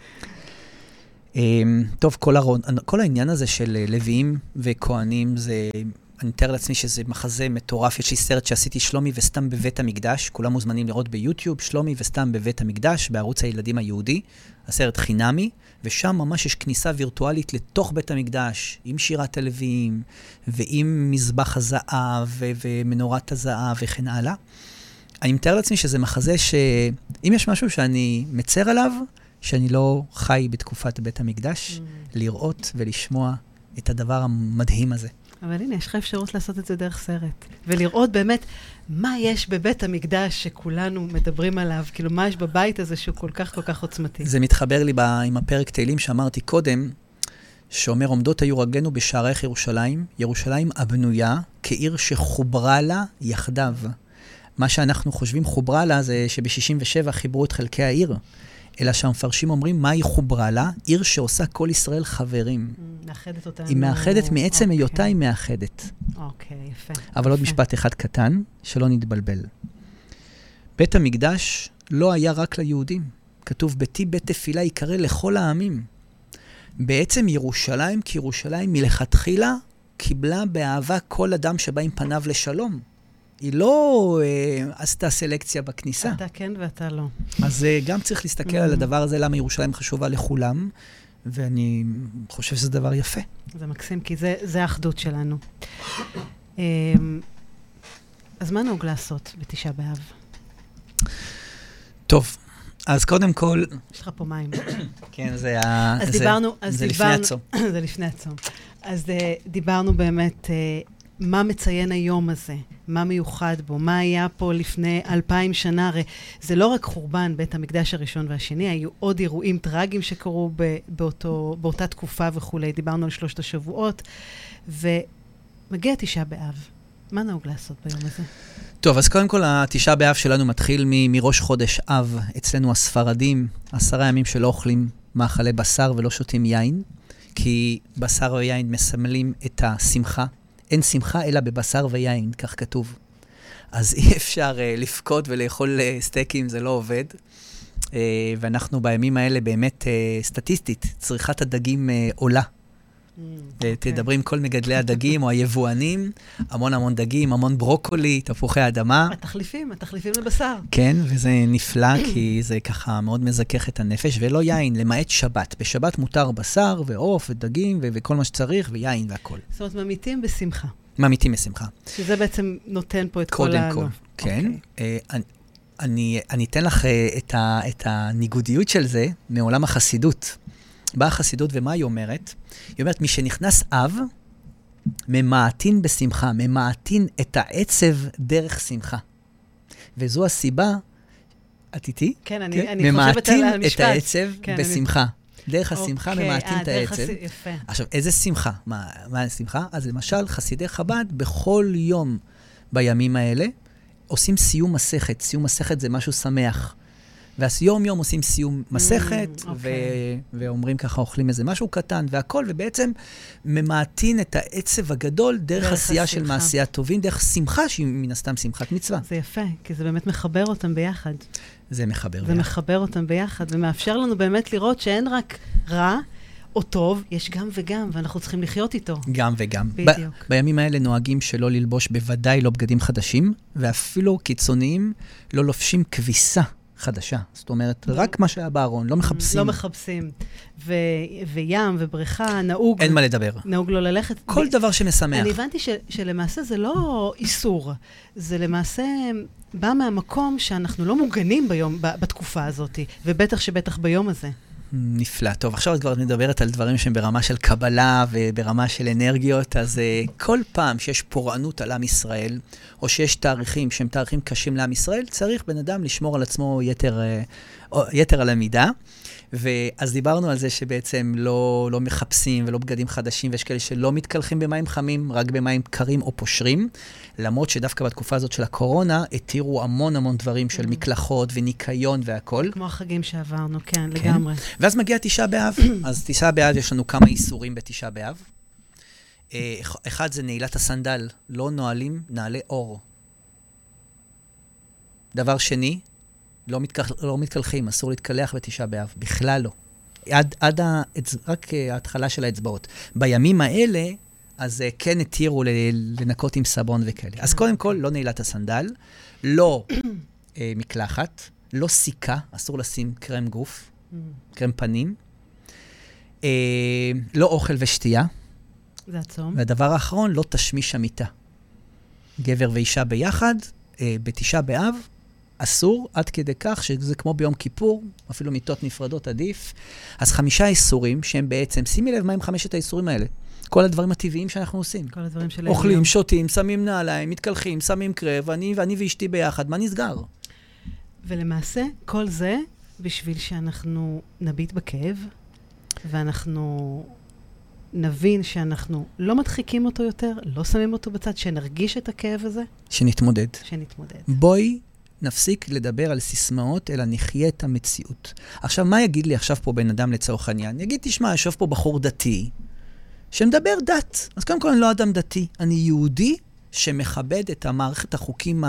טוב, כל העניין הזה של לוויים וכהנים, אני מתאר לעצמי שזה מחזה מטורף. יש לי סרט שעשיתי שלומי וסתם בבית המקדש, כולם מוזמנים לראות ביוטיוב, שלומי וסתם בבית המקדש, בערוץ הילדים היהודי, הסרט חינמי, ושם ממש יש כניסה וירטואלית לתוך בית המקדש, עם שירת הלוויים, ועם מזבח הזהב, ומנורת הזהב, וכן הלאה. אני מתאר לעצמי שזה מחזה שאם יש משהו שאני מצר עליו, שאני לא חי בתקופת בית המקדש, לראות ולשמוע את הדבר המדהים הזה. אבל הנה, יש לך אפשרות לעשות את זה דרך סרט. ולראות באמת מה יש בבית המקדש שכולנו מדברים עליו, כאילו מה יש בבית הזה שהוא כל כך כל כך עוצמתי. זה מתחבר לי עם הפרק תהילים שאמרתי קודם, שאומר, עומדות היו רגלינו בשעריך ירושלים, ירושלים הבנויה כעיר שחוברה לה יחדיו. מה שאנחנו חושבים חוברה לה זה שב-67 חיברו את חלקי העיר. אלא שהמפרשים אומרים, מה היא חוברה לה? עיר שעושה כל ישראל חברים. מאחדת אותנו. היא מאחדת מעצם היותה, היא מאחדת. אוקיי, יפה. אבל עוד משפט אחד קטן, שלא נתבלבל. בית המקדש לא היה רק ליהודים. כתוב, ביתי בית תפילה יקרא לכל העמים. בעצם ירושלים, כי ירושלים מלכתחילה קיבלה באהבה כל אדם שבא עם פניו לשלום. היא לא עשתה סלקציה בכניסה. אתה כן ואתה לא. אז גם צריך להסתכל על הדבר הזה, למה ירושלים חשובה לכולם, ואני חושב שזה דבר יפה. זה מקסים, כי זה האחדות שלנו. אז מה נהוג לעשות בתשעה באב? טוב, אז קודם כל... יש לך פה מים. כן, זה לפני הצום. זה לפני הצום. אז דיברנו באמת... מה מציין היום הזה? מה מיוחד בו? מה היה פה לפני 2000 שנה? הרי זה לא רק חורבן בית המקדש הראשון והשני, היו עוד אירועים טרגיים שקרו באותה תקופה וכו'. דיברנו על 3 השבועות, ומגיע תשעה באב. מה נהוג לעשות ביום הזה? טוב, אז קודם כל, התשעה באב שלנו מתחיל מראש חודש אב. אצלנו הספרדים, 10 ימים שלא אוכלים מאכלי בשר ולא שותים יין, כי בשר ויין מסמלים את השמחה. אין שמחה אלא בבשר ויין, כך כתוב. אז אי אפשר לפקוד ולאכול סטייקים, זה לא עובד. ואנחנו בימים האלה באמת סטטיסטית, צריכת הדגים עולה. תדברים כל מגדלי הדגים או היבואנים, המון דגים, המון ברוקולי, תפוחי אדמה. התחליפים לבשר. כן, וזה נפלא, כי זה ככה מאוד מזכך את הנפש, ולא יין, למעט שבת. בשבת מותר בשר ועוף ודגים וכל מה שצריך, ויין והכל. זאת אומרת, ממיתים בשמחה. ממיתים בשמחה. שזה בעצם נותן פה את כל ה... קודם כל, כן. אני אתן לך את הניגודיות של זה מעולם החסידות. באה החסידות, ומה היא אומרת? היא אומרת, מי שנכנס אב, ממעטין בשמחה, ממעטין את העצב דרך שמחה. וזו הסיבה, את איתי? כן, אני חושבת על המשפט. ממעטין את העצב בשמחה. דרך השמחה ממעטין את העצב. יפה. עכשיו, איזה שמחה? מה השמחה? אז למשל, חסידי חב"ד, בכל יום בימים האלה, עושים סיום מסכת. סיום מסכת זה משהו שמח. ואז יום עושים סיום מסכת, ואומרים ככה, אוכלים איזה משהו קטן, והכל, ובעצם ממעטין את העצב הגדול דרך עשייה של מעשייה טובים, דרך שמחה, שהיא מן הסתם שמחת מצווה. זה יפה, כי זה באמת מחבר אותם ביחד. זה מחבר ביחד. זה מחבר אותם ביחד, ומאפשר לנו באמת לראות שאין רק רע, או טוב, יש גם וגם, ואנחנו צריכים לחיות איתו. גם וגם. בדיוק. בימים האלה נוהגים שלא ללבוש בוודאי לא בגדים חדשים, ואפילו קיצוניים לא לובשים כביסה חדשה. זאת אומרת, רק מה שהיה בארון, לא מחפשים. לא מחפשים. וים ובריכה, נהוג... אין מה לדבר. נהוג לא ללכת. כל דבר שמשמח. אני הבנתי שלמעשה זה לא איסור. זה למעשה בא מהמקום שאנחנו לא מוגנים בתקופה הזאת, ובטח שבטח ביום הזה. נפלא. טוב, עכשיו את כבר מדברת על דברים שהם ברמה של קבלה וברמה של אנרגיות, אז כל פעם שיש פורענות על עם ישראל, או שיש תאריכים שהם תאריכים קשים לעם ישראל, צריך בן אדם לשמור על עצמו יתר על המידה. ואז דיברנו על זה שבעצם לא מחפשים ולא בגדים חדשים, ויש כאלה שלא מתקלחים במים חמים, רק במים קרים או פושרים, למרות שדווקא בתקופה הזאת של הקורונה, התירו המון דברים של מקלחות וניקיון והכל. כמו החגים שעברנו, כן, לגמרי. ואז מגיע תשעה באב. אז תשעה באב יש לנו כמה איסורים בתשעה באב. אחד זה נעילת הסנדל, לא נועלים נעלי אור. דבר שני, לא מתקלחים, אסור להתקלח בתשעה באב, בכלל לא. רק ההתחלה של האצבעות. בימים האלה, אז כן התירו לנקות עם סבון וכאלה. אז קודם כל, לא נעילת הסנדל, לא מקלחת, לא סיכה, אסור לשים קרם גוף, קרם פנים, לא אוכל ושתייה. זה עצום. והדבר האחרון, לא תשמיש המיטה. גבר ואישה ביחד, בתשעה באב, אסור, עד כדי כך שזה כמו ביום כיפור, אפילו מיטות נפרדות עדיף. אז 5 איסורים שהם בעצם, שימי לב מה הם 5 האיסורים האלה. כל הדברים הטבעיים שאנחנו עושים. כל הדברים של אוכלים, שותים, שמים נעליים, מתקלחים, שמים קרב, ואני ואשתי ביחד, מה נסגר? ולמעשה, כל זה בשביל שאנחנו נביט בכאב, ואנחנו נבין שאנחנו לא מדחיקים אותו יותר, לא שמים אותו בצד, שנרגיש את הכאב הזה. שנתמודד. שנתמודד. בואי נפסיק לדבר על סיסמאות, אלא נחיה את המציאות. עכשיו, מה יגיד לי עכשיו פה בן אדם לצורך העניין? יגיד, תשמע, יושב פה בחור דתי, שמדבר דת. אז קודם כל, אני לא אדם דתי. אני יהודי שמכבד את המערכת החוקים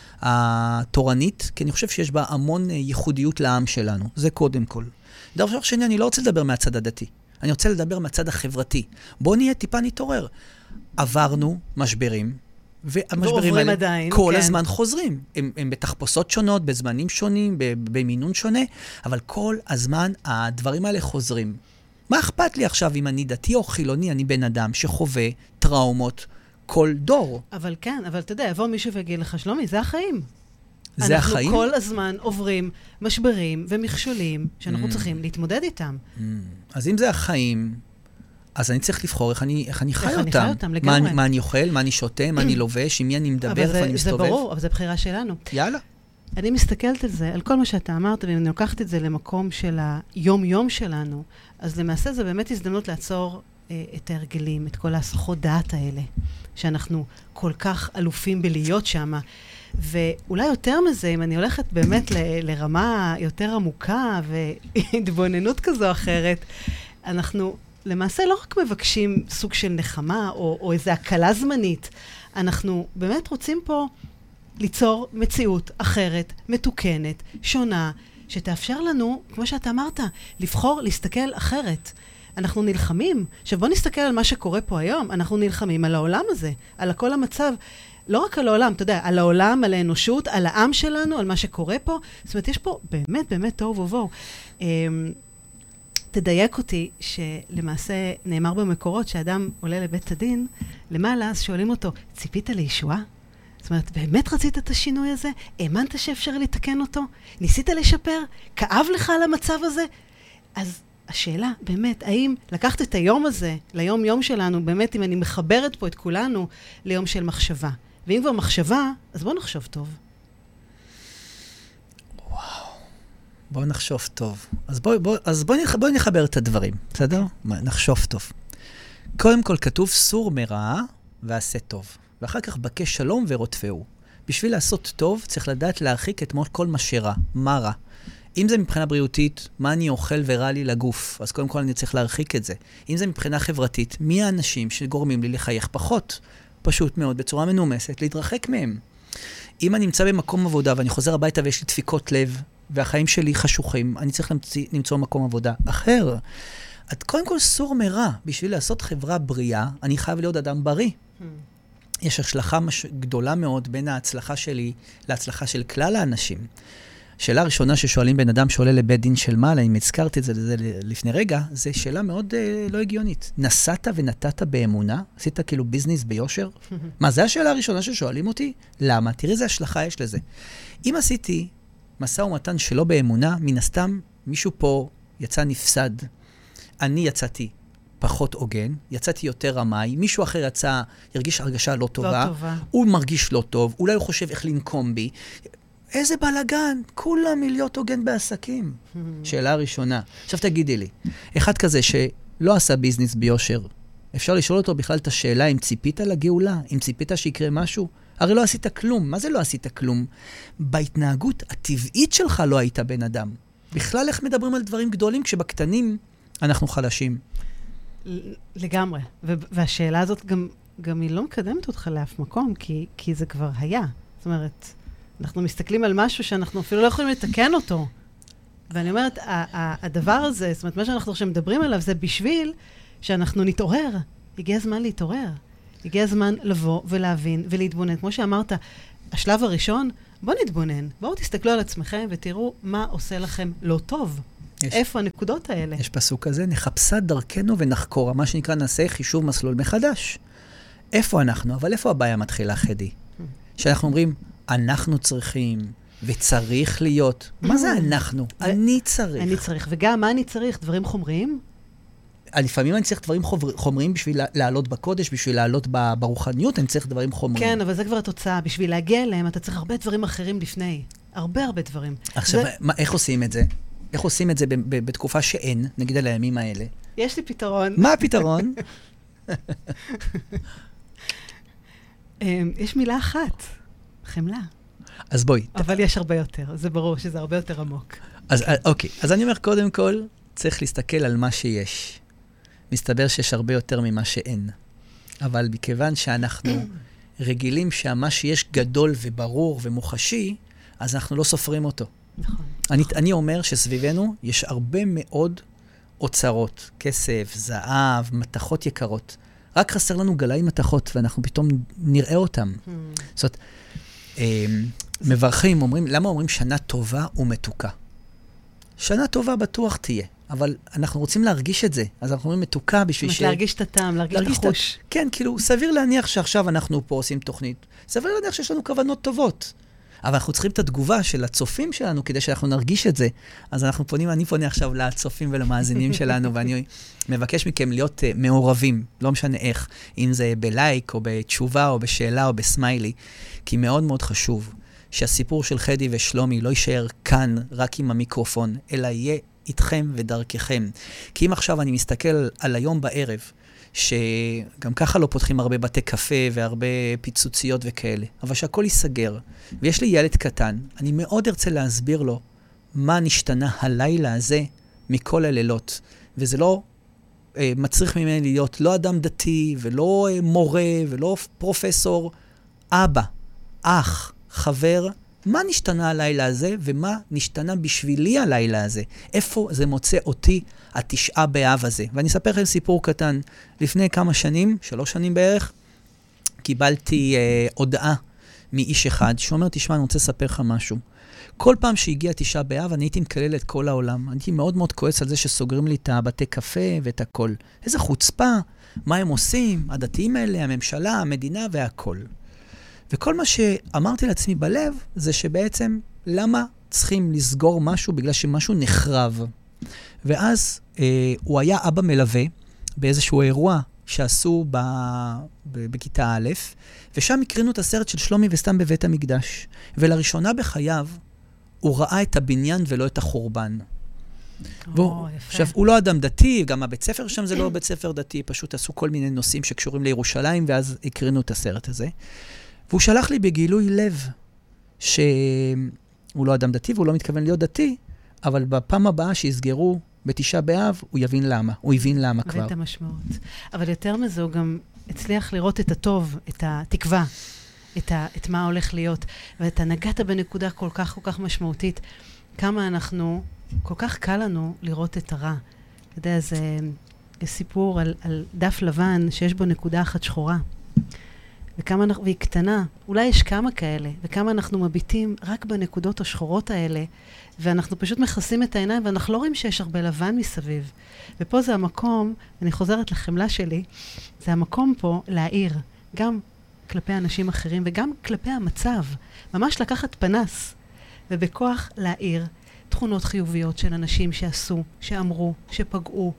התורנית, כי אני חושב שיש בה המון ייחודיות לעם שלנו. זה קודם כל. דבר שני, אני לא רוצה לדבר מהצד הדתי. אני רוצה לדבר מהצד החברתי. בואו נהיה טיפה נתעורר. עברנו משברים, והמשברים האלה עדיין, כל כן. הזמן חוזרים. הם בתחפושות שונות, בזמנים שונים, במינון שונה, אבל כל הזמן הדברים האלה חוזרים. מה אכפת לי עכשיו אם אני דתי או חילוני, אני בן אדם שחווה טראומות כל דור. אבל כן, אבל אתה יודע, יבוא מישהו ויגיד לך, שלומי, זה החיים. זה החיים? אנחנו כל הזמן עוברים משברים ומכשולים שאנחנו צריכים להתמודד איתם. אז אם זה החיים, אז אני צריך לבחור איך אני חי אותם. אני חי אותם, לגמרי. מה אני אוכל, מה אני שותה, מה אני לובש, עם מי אני מדבר, איפה אני מסתובב. זה ברור, אבל זה בחירה שלנו. יאללה. אני מסתכלת על זה, על כל מה שאתה אמרת, ואם אני לוקחת את זה למקום של היום-יום שלנו, אז למעשה זה באמת הזדמנות לעצור את ההרגלים, את כל ההסחות דעת האלה, שאנחנו כל כך אלופים בלהיות שם. ואולי יותר מזה, אם אני הולכת באמת לרמה יותר עמוקה והתבוננות כזו או אחרת, אנחנו למעשה לא רק מבקשים סוג של נחמה או איזו הקלה זמנית, אנחנו באמת רוצים פה ליצור מציאות אחרת, מתוקנת, שונה, שתאפשר לנו, כמו שאתה אמרת, לבחור, להסתכל אחרת. אנחנו נלחמים. עכשיו בוא נסתכל על מה שקורה פה היום. אנחנו נלחמים על העולם הזה, על כל המצב. לא רק על העולם, אתה יודע, על העולם, על האנושות, על העם שלנו, על מה שקורה פה. זאת אומרת, יש פה באמת, באמת טוב ובואו. תדייק אותי שלמעשה נאמר במקורות שאדם עולה לבית הדין, למעלה אז שואלים אותו, ציפית לישועה? זאת אומרת, באמת רצית את השינוי הזה? האמנת שאפשר לתקן אותו? ניסית לשפר? כאב לך על המצב הזה? אז השאלה, באמת, האם לקחת את היום הזה, ליום יום שלנו, באמת אם אני מחברת פה את כולנו ליום של מחשבה. ואם כבר מחשבה, אז בוא נחשוב טוב. וואו, בוא נחשוב טוב. אז בוא נחבר את הדברים, בסדר? נחשוב טוב. קודם כל כתוב סור מרע ועשה טוב. ואחר כך בקש שלום ורודפהו. בשביל לעשות טוב, צריך לדעת להרחיק את כל מה שרע. מה רע? אם זה מבחינה בריאותית, מה אני אוכל ורע לי לגוף? אז קודם כל אני צריך להרחיק את זה. אם זה מבחינה חברתית, מי האנשים שגורמים לי לחייך פחות? פשוט מאוד, בצורה מנומסת, להתרחק מהם. אם אני נמצא במקום עבודה ואני חוזר הביתה ויש לי דפיקות לב, והחיים שלי חשוכים, אני צריך למצוא מקום עבודה אחר. את קודם כל סור מרע. בשביל לעשות חברה בריאה, אני חייב להיות אדם בריא. יש השלכה גדולה מאוד בין ההצלחה שלי להצלחה של כלל האנשים. שאלה ראשונה ששואלים בן אדם שעולה לבית דין של מעלה, אם הזכרתי את זה לפני רגע, זה שאלה מאוד לא הגיונית. נסעת ונתת באמונה? עשית כאילו ביזנס ביושר? מה, זה השאלה הראשונה ששואלים אותי? למה? תראי איזה השלכה יש לזה. אם עשיתי משא ומתן שלא באמונה, מן הסתם מישהו פה יצא נפסד. אני יצאתי פחות הוגן, יצאתי יותר רמאי, מישהו אחר יצא, הרגיש הרגשה לא טובה, הוא מרגיש לא טוב, אולי הוא חושב איך לנקום בי. איזה בלגן, כולם להיות הוגן בעסקים. שאלה ראשונה. עכשיו תגידי לי, אחד כזה שלא עשה ביזנס ביושר, אפשר לשאול אותו בכלל את השאלה אם ציפית לגאולה, אם ציפית שיקרה משהו? הרי לא עשית כלום. מה זה לא עשית כלום? בהתנהגות הטבעית שלך לא היית בן אדם. בכלל איך מדברים על דברים גדולים כשבקטנים אנחנו חלשים? לגמרי. והשאלה הזאת גם היא לא מקדמת אותך לאף מקום, כי זה כבר היה. זאת אומרת, אנחנו מסתכלים על משהו שאנחנו אפילו לא יכולים לתקן אותו. ואני אומרת, הדבר הזה, זאת אומרת, מה שאנחנו עכשיו מדברים עליו, זה בשביל שאנחנו נתעורר. הגיע הזמן להתעורר. הגיע הזמן לבוא ולהבין ולהתבונן. כמו שאמרת, השלב הראשון, בואו נתבונן. בואו תסתכלו על עצמכם ותראו מה עושה לכם לא טוב. איפה הנקודות האלה? יש פסוק כזה, נחפשה דרכנו ונחקורה, מה שנקרא נעשה חישוב מסלול מחדש. איפה אנחנו? אבל איפה הבעיה מתחילה, חדי? שאנחנו אומרים, אנחנו צריכים וצריך להיות. מה זה אנחנו? אני צריך. אני צריך. וגם מה אני צריך? דברים חומריים? לפעמים אני צריך דברים חומריים בשביל לעלות בקודש, בשביל לעלות ברוחניות, אני צריך דברים חומריים. כן, אבל זה כבר התוצאה. בשביל להגיע אליהם, אתה צריך הרבה דברים אחרים לפני. הרבה דברים. עכשיו, איך עושים את זה? איך עושים את זה בתקופה שאין, נגיד על הימים האלה? יש לי פתרון. מה הפתרון? יש מילה אחת. חמלה. אז בואי. אבל יש הרבה יותר. זה ברור שזה הרבה יותר עמוק. אז אוקיי. אז אני אומר, קודם כל, צריך להסתכל על מה שיש. מסתבר שיש הרבה יותר ממה שאין. אבל מכיוון שאנחנו רגילים שמה שיש גדול וברור ומוחשי, אז אנחנו לא סופרים אותו. נכון. אני אומר שסביבנו יש הרבה מאוד אוצרות, כסף, זהב, מתכות יקרות. רק חסר לנו גלאי מתכות, ואנחנו פתאום נראה אותם. זאת אומרת, מברכים אומרים, למה אומרים שנה טובה ומתוקה? שנה טובה בטוח תהיה, אבל אנחנו רוצים להרגיש את זה. אז אנחנו אומרים מתוקה בשביל להרגיש את הטעם, להרגיש את החוש. כן, כאילו, סביר להניח שעכשיו אנחנו פה עושים תוכנית. סביר להניח שיש לנו כוונות טובות. אבל אנחנו צריכים את התגובה של הצופים שלנו כדי שאנחנו נרגיש את זה. אז אני פונה עכשיו לצופים ולמאזינים שלנו, ואני מבקש מכם להיות מעורבים, לא משנה איך, אם זה בלייק או בתשובה או בשאלה או בסמיילי, כי מאוד מאוד חשוב שהסיפור של חדי ושלומי לא יישאר כאן רק עם המיקרופון, אלא יהיה איתכם ודרככם. כי אם עכשיו אני מסתכל על היום בערב, שגם ככה לא פותחים הרבה בתי קפה והרבה פיצוציות וכאלה, אבל שהכל ייסגר, ויש לי ילד קטן, אני מאוד ארצה להסביר לו מה נשתנה הלילה הזה מכל הלילות, וזה לא מצריך ממני להיות לא אדם דתי ולא מורה ולא פרופסור, אבא, אח, חבר, מה נשתנה הלילה הזה ומה נשתנה בשבילי הלילה הזה? איפה זה מוצא אותי התשעה באב הזה? ואני אספר לכם סיפור קטן. לפני כמה שנים, 3 שנים בערך, קיבלתי הודעה מאיש אחד שאומר, תשמע, אני רוצה לספר לך משהו. כל פעם שהגיע תשעה באב, אני הייתי מקלל את כל העולם. אני הייתי מאוד מאוד כועס על זה שסוגרים לי את הבתי קפה ואת הכל. איזה חוצפה, מה הם עושים? הדתיים האלה, הממשלה, המדינה והכל. וכל מה שאמרתי לעצמי בלב, זה שבעצם למה צריכים לסגור משהו בגלל שמשהו נחרב. ואז הוא היה אבא מלווה באיזשהו אירוע שעשו בכיתה א', ושם הקרינו את הסרט של שלומי וסתם בבית המקדש. ולראשונה בחייו הוא ראה את הבניין ולא את החורבן. עכשיו, הוא לא אדם דתי, גם הבית ספר שם זה לא בית ספר דתי, פשוט עשו כל מיני נושאים שקשורים לירושלים, ואז הקרינו את הסרט הזה. והוא שלח לי בגילוי לב שהוא לא אדם דתי והוא לא מתכוון להיות דתי, אבל בפעם הבאה שיסגרו בתשעה באב, הוא יבין למה. הוא הבין למה כבר. ואת המשמעות. אבל יותר מזה, הוא גם הצליח לראות את הטוב, את התקווה, את מה הולך להיות. ואתה נגעת בנקודה כל כך משמעותית, כמה אנחנו, כל כך קל לנו לראות את הרע. אתה יודע, זה סיפור על דף לבן שיש בו נקודה אחת שחורה. והיא קטנה, אולי יש כמה כאלה, וכמה אנחנו מביטים רק בנקודות השחורות האלה, ואנחנו פשוט מכסים את העיניים, ואנחנו לא רואים שיש הרבה לבן מסביב. ופה זה המקום, אני חוזרת לחמלה שלי, זה המקום פה להעיר, גם כלפי אנשים אחרים, וגם כלפי המצב. ממש לקחת פנס, ובכוח להעיר תכונות חיוביות של אנשים שעשו, שאמרו, שפגעו,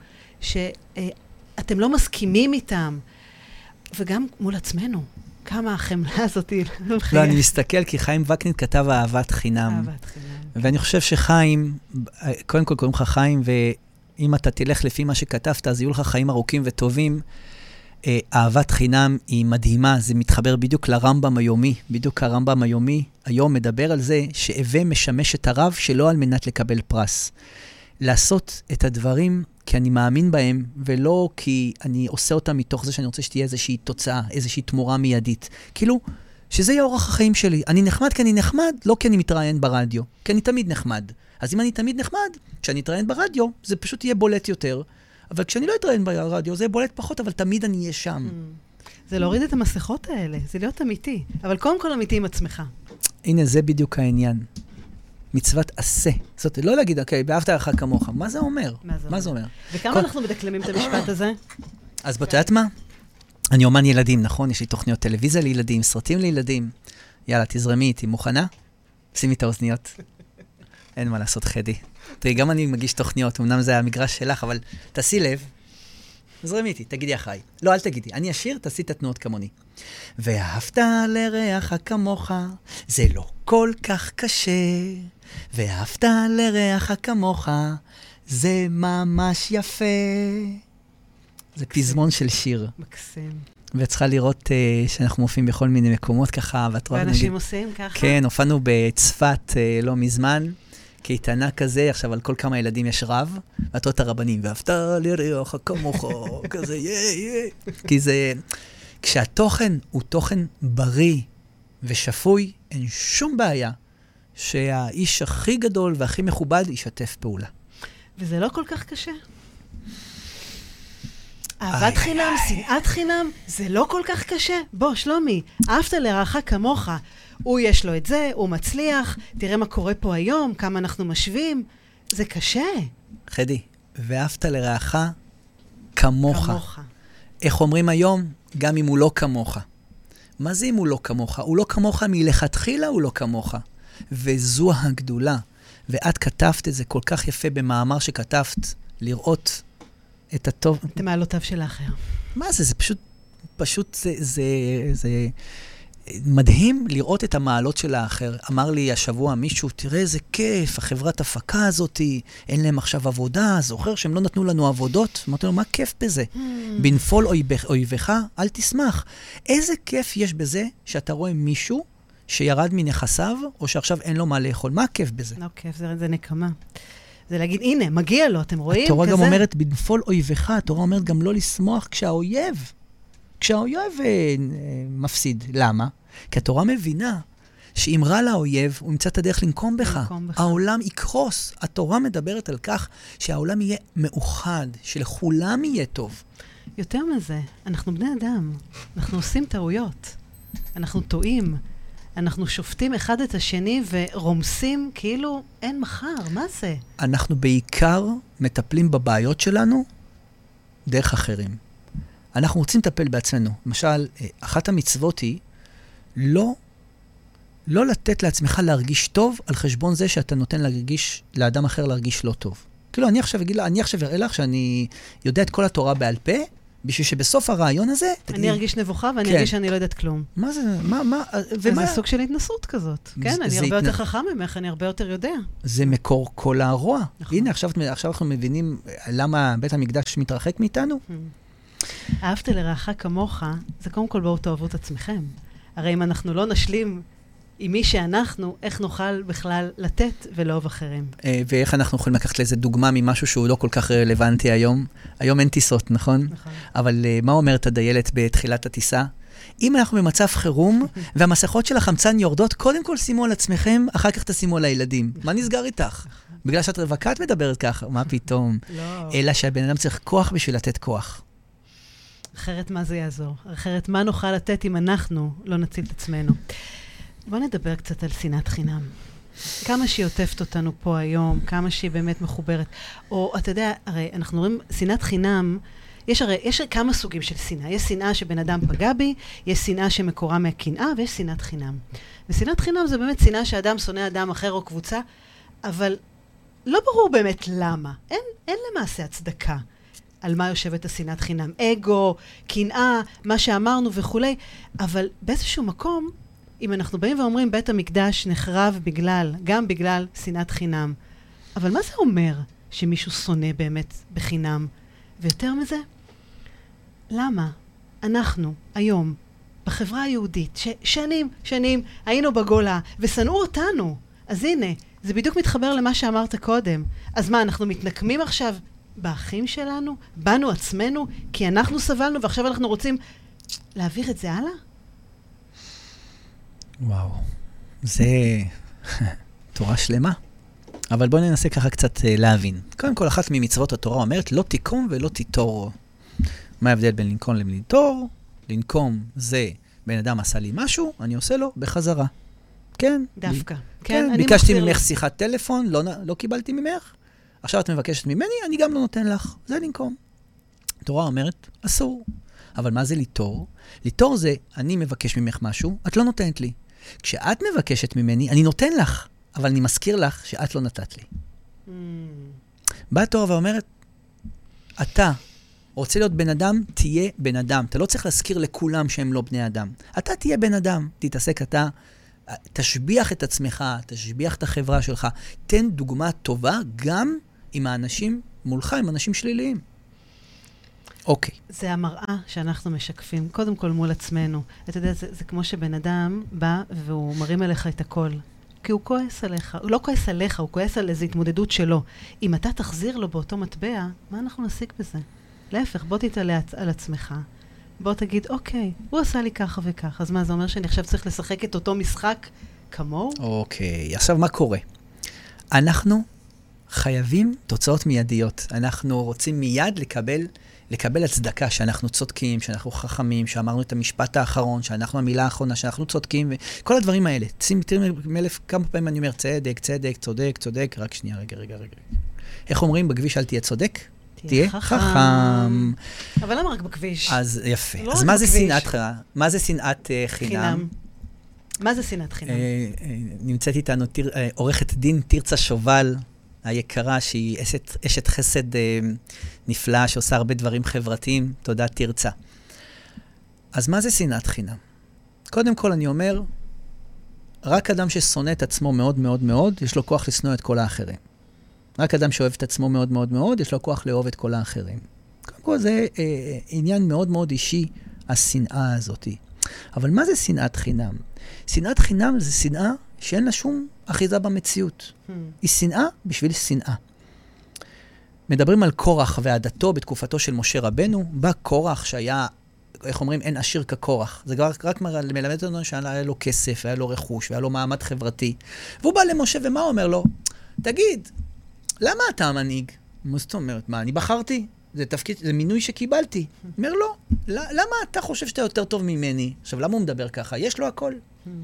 שאתם לא מסכימים איתם, וגם מול עצמנו. כמה החמלה הזאת היא... לא, אני מסתכל, כי חיים וקנין כתב אהבת חינם. אהבת חינם. ואני חושב שחיים, קודם כל קוראים לך חיים, ואם אתה תלך לפי מה שכתבת, אז יהיו לך חיים ארוכים וטובים. אהבת חינם היא מדהימה, זה מתחבר בדיוק לרמב"ם היומי. בדיוק הרמב"ם היומי היום מדבר על זה שהווה משמש את הרב שלא על מנת לקבל פרס. לעשות את הדברים כי אני מאמין בהם, ולא כי אני עושה אותם מתוך זה שאני רוצה שתהיה איזושהי תוצאה, איזושהי תמורה מיידית. כאילו, שזה יהיה אורח החיים שלי. אני נחמד כי אני נחמד, לא כי אני מתראיין ברדיו, כי אני תמיד נחמד. אז אם אני תמיד נחמד, כשאני אתראיין ברדיו, זה פשוט יהיה בולט יותר. אבל כשאני לא אתראיין ברדיו, זה יהיה בולט פחות, אבל תמיד אני אהיה שם. זה להוריד את המסכות האלה, זה להיות אמיתי. אבל קודם כל אמיתי עם עצמך. הנה, זה בדיוק העניין. מצוות עשה. זאת לא להגיד, אוקיי, באהבת לך כמוך. מה זה אומר? מה זה אומר? וכמה אנחנו מדקלמים את המשפט הזה? אז באת יודעת מה? אני אומן ילדים, נכון? יש לי תוכניות טלוויזיה לילדים, סרטים לילדים. יאללה, תזרמי איתי, מוכנה? שימי את האוזניות. אין מה לעשות, חדי. תראי, גם אני מגיש תוכניות, אמנם זה המגרש שלך, אבל תעשי לב. זרמי איתי, תגידי אחריי. לא, אל תגידי. אני אשיר, תעשי את התנועות כמוני. ואהבת לרעך כמוך, זה לא כל כך קשה. ואהבת לרעך כמוך, זה ממש יפה. זה פזמון של שיר. מקסים. וצריכה לראות שאנחנו מופיעים בכל מיני מקומות ככה. ואנשים עושים ככה? כן, הופענו בצפת לא מזמן. קייטנה כזה, עכשיו על כל כמה ילדים יש רב, ואת רואה את הרבנים, ואהבת לרעך כמוך, כזה יא. כי זה, כשהתוכן הוא תוכן בריא ושפוי, אין שום בעיה שהאיש הכי גדול והכי מכובד ישתף פעולה. וזה לא כל כך קשה. אהבת חינם, שנאת חינם, זה לא כל כך קשה. בוא, שלומי, אהבת לרעך כמוך. הוא יש לו את זה, הוא מצליח, תראה מה קורה פה היום, כמה אנחנו משווים. זה קשה. חדי, ואהבת לרעך כמוך. כמוך. איך אומרים היום? גם אם הוא לא כמוך. מה זה אם הוא לא כמוך? הוא לא כמוך מלכתחילה, הוא לא כמוך. וזו הגדולה. ואת כתבת את זה כל כך יפה במאמר שכתבת, לראות את הטוב. את המעלותיו של האחר. מה זה? זה פשוט זה מדהים לראות את המעלות של האחר. אמר לי השבוע מישהו, תראה איזה כיף, החברת הפקה הזאת, אין להם עכשיו עבודה, זוכר שהם לא נתנו לנו עבודות? אמרתי לו, מה כיף בזה? בנפול אויבך, אל תשמח. איזה כיף יש בזה שאתה רואה מישהו שירד מנכסיו, או שעכשיו אין לו מה לאכול? מה הכיף בזה? לא כיף, זה נקמה. זה להגיד, הנה, מגיע לו, אתם רואים? התורה גם אומרת, בנפול אויבך, התורה אומרת גם לא לשמוח כשהאויב מפסיד. למה? כי התורה מבינה שאם רע לאויב, הוא ימצא את הדרך לנקום בך. העולם יקרוס. התורה מדברת על כך שהעולם יהיה מאוחד, שלכולם יהיה טוב. יותר מזה, אנחנו בני אדם. אנחנו עושים טעויות. אנחנו טועים. אנחנו שופטים אחד את השני ורומסים כאילו אין מחר. מה זה? אנחנו בעיקר מטפלים בבעיות שלנו דרך אחרים. אנחנו רוצים לטפל בעצמנו. למשל, אחת המצוות היא לא לתת לעצמך להרגיש טוב על חשבון זה שאתה נותן לאדם אחר להרגיש לא טוב. כאילו, אני עכשיו אראה לך שאני יודע את כל התורה בעל פה, בשביל שבסוף הרעיון הזה... אני ארגיש נבוכה ואני ארגיש שאני לא יודעת כלום. מה זה? זה סוג של התנסות כזאת. כן, אני הרבה יותר חכם ממך, אני הרבה יותר יודע. זה מקור כל הרוע. הנה, עכשיו אנחנו מבינים למה בית המקדש מתרחק מאיתנו. אהבת לרעך כמוך, זה קודם כל בואו תאהבו את עצמכם. הרי אם אנחנו לא נשלים עם מי שאנחנו, איך נוכל בכלל לתת ולאהוב אחרים. ואיך אנחנו יכולים לקחת לאיזה דוגמה ממשהו שהוא לא כל כך רלוונטי היום? היום אין טיסות, נכון? נכון. אבל מה אומרת הדיילת בתחילת הטיסה? אם אנחנו במצב חירום, והמסכות של החמצן יורדות, קודם כל שימו על עצמכם, אחר כך תשימו על הילדים. מה נסגר איתך? בגלל שאת רווקה את מדברת ככה, מה פתאום? לא. אלא שהבן אדם צריך כוח בשביל לתת כוח. אחרת מה זה יעזור? אחרת מה נוכל לתת אם אנחנו לא נציל את עצמנו? בוא נדבר קצת על שנאת חינם. כמה שהיא עוטפת אותנו פה היום, כמה שהיא באמת מחוברת. או, אתה יודע, הרי אנחנו רואים, שנאת חינם, יש כמה סוגים של שנאה. יש שנאה שבן אדם פגע בי, יש שנאה שמקורה מהקנאה, ויש שנאת חינם. ושנאת חינם זה באמת שנאה שאדם שונא אדם אחר או קבוצה, אבל לא ברור באמת למה. אין למעשה הצדקה על מה יושבת השנאת חינם. אגו, קנאה, מה שאמרנו וכולי. אבל באיזשהו מקום, אם אנחנו באים ואומרים, בית המקדש נחרב גם בגלל שנאת חינם. אבל מה זה אומר שמישהו שונא באמת בחינם? ויותר מזה, למה אנחנו היום, בחברה היהודית, שנים היינו בגולה, ושנאו אותנו. אז הנה, זה בדיוק מתחבר למה שאמרת קודם. אז מה, אנחנו מתנקמים עכשיו באחים שלנו, בנו עצמנו, כי אנחנו סבלנו, ועכשיו אנחנו רוצים להעביר את זה הלאה? וואו, זה תורה שלמה. אבל בואו ננסה ככה קצת להבין. קודם כל, אחת ממצוות התורה אומרת, לא תיקום ולא תיטור. מה ההבדל בין לנקום לליטור? לנקום זה, בן אדם עשה לי משהו, אני עושה לו בחזרה. כן. דווקא. כן, ביקשתי ממך שיחת טלפון, לא קיבלתי ממך. עכשיו את מבקשת ממני, אני גם לא נותן לך. זה לנקום. התורה אומרת, אסור. אבל מה זה ליטור? ליטור זה, אני מבקש ממך משהו, את לא נותנת לי. כשאת מבקשת ממני, אני נותן לך, אבל אני מזכיר לך שאת לא נתת לי. באה התורה ואומרת, אתה רוצה להיות בן אדם, תהיה בן אדם. אתה לא צריך להזכיר לכולם שהם לא בני אדם. אתה תהיה בן אדם, תתעסק אתה, תשביח את עצמך, תשביח את החברה שלך. תן דוגמה טובה גם עם האנשים מולך, עם אנשים שליליים. אוקיי. זה המראה שאנחנו משקפים, קודם כל מול עצמנו. אתה יודע, זה כמו שבן אדם בא והוא מרים אליך את הכל. כי הוא כועס עליך. הוא לא כועס עליך, הוא כועס על איזו התמודדות שלו. אם אתה תחזיר לו באותו מטבע, מה אנחנו נשיג בזה? להפך, בוא תתעלה על עצמך. בוא תגיד, אוקיי, הוא עשה לי ככה וככה. אז מה, זה אומר שאני עכשיו צריך לשחק את אותו משחק כמוהו? אוקיי, עכשיו מה קורה? אנחנו חייבים תוצאות מיידיות. אנחנו רוצים מיד לקבל הצדקה שאנחנו צודקים, שאנחנו חכמים, שאמרנו את המשפט האחרון, שאנחנו המילה האחרונה, שאנחנו צודקים, וכל הדברים האלה. תראי כמה פעמים אני אומר, צדק, צדק, צודק, צודק, רק שנייה, רגע. איך אומרים בכביש, אל תהיה צודק? תהיה חכם. אבל למה רק בכביש? אז יפה. אז מה זה שנאת חינם? מה זה שנאת חינם? מה זה שנאת חינם? נמצאת איתנו עורכת דין תרצה שובל, היקרה, שהיא אשת חסד נפלאה, שעושה הרבה דברים חברתיים. תודה, תרצה. אז מה זה שנאת חינם? קודם כל אני אומר, רק אדם ששונא את עצמו מאוד מאוד מאוד, יש לו כוח לשנוא את כל האחרים. רק אדם שאוהב את עצמו מאוד מאוד מאוד, יש לו כוח לאהוב את כל האחרים. קודם כל זה עניין מאוד מאוד אישי, השנאה הזאת. אבל מה זה שנאת חינם? שנאת חינם זה שנאה שאין לה שום אחיזה במציאות. היא שנאה בשביל שנאה. מדברים על קורח ועדתו בתקופתו של משה רבנו. בא קורח שהיה, איך אומרים, אין עשיר כקורח. זה רק מלמד אותנו שהיה לו כסף, היה לו רכוש, והיה לו מעמד חברתי. והוא בא למשה ומה הוא אומר לו? תגיד, למה אתה המנהיג? מה זאת אומרת? מה, אני בחרתי? זה תפקיד, זה מינוי שקיבלתי. אומר לו, למה אתה חושב שאתה יותר טוב ממני? עכשיו, למה הוא מדבר ככה? יש לו הכל.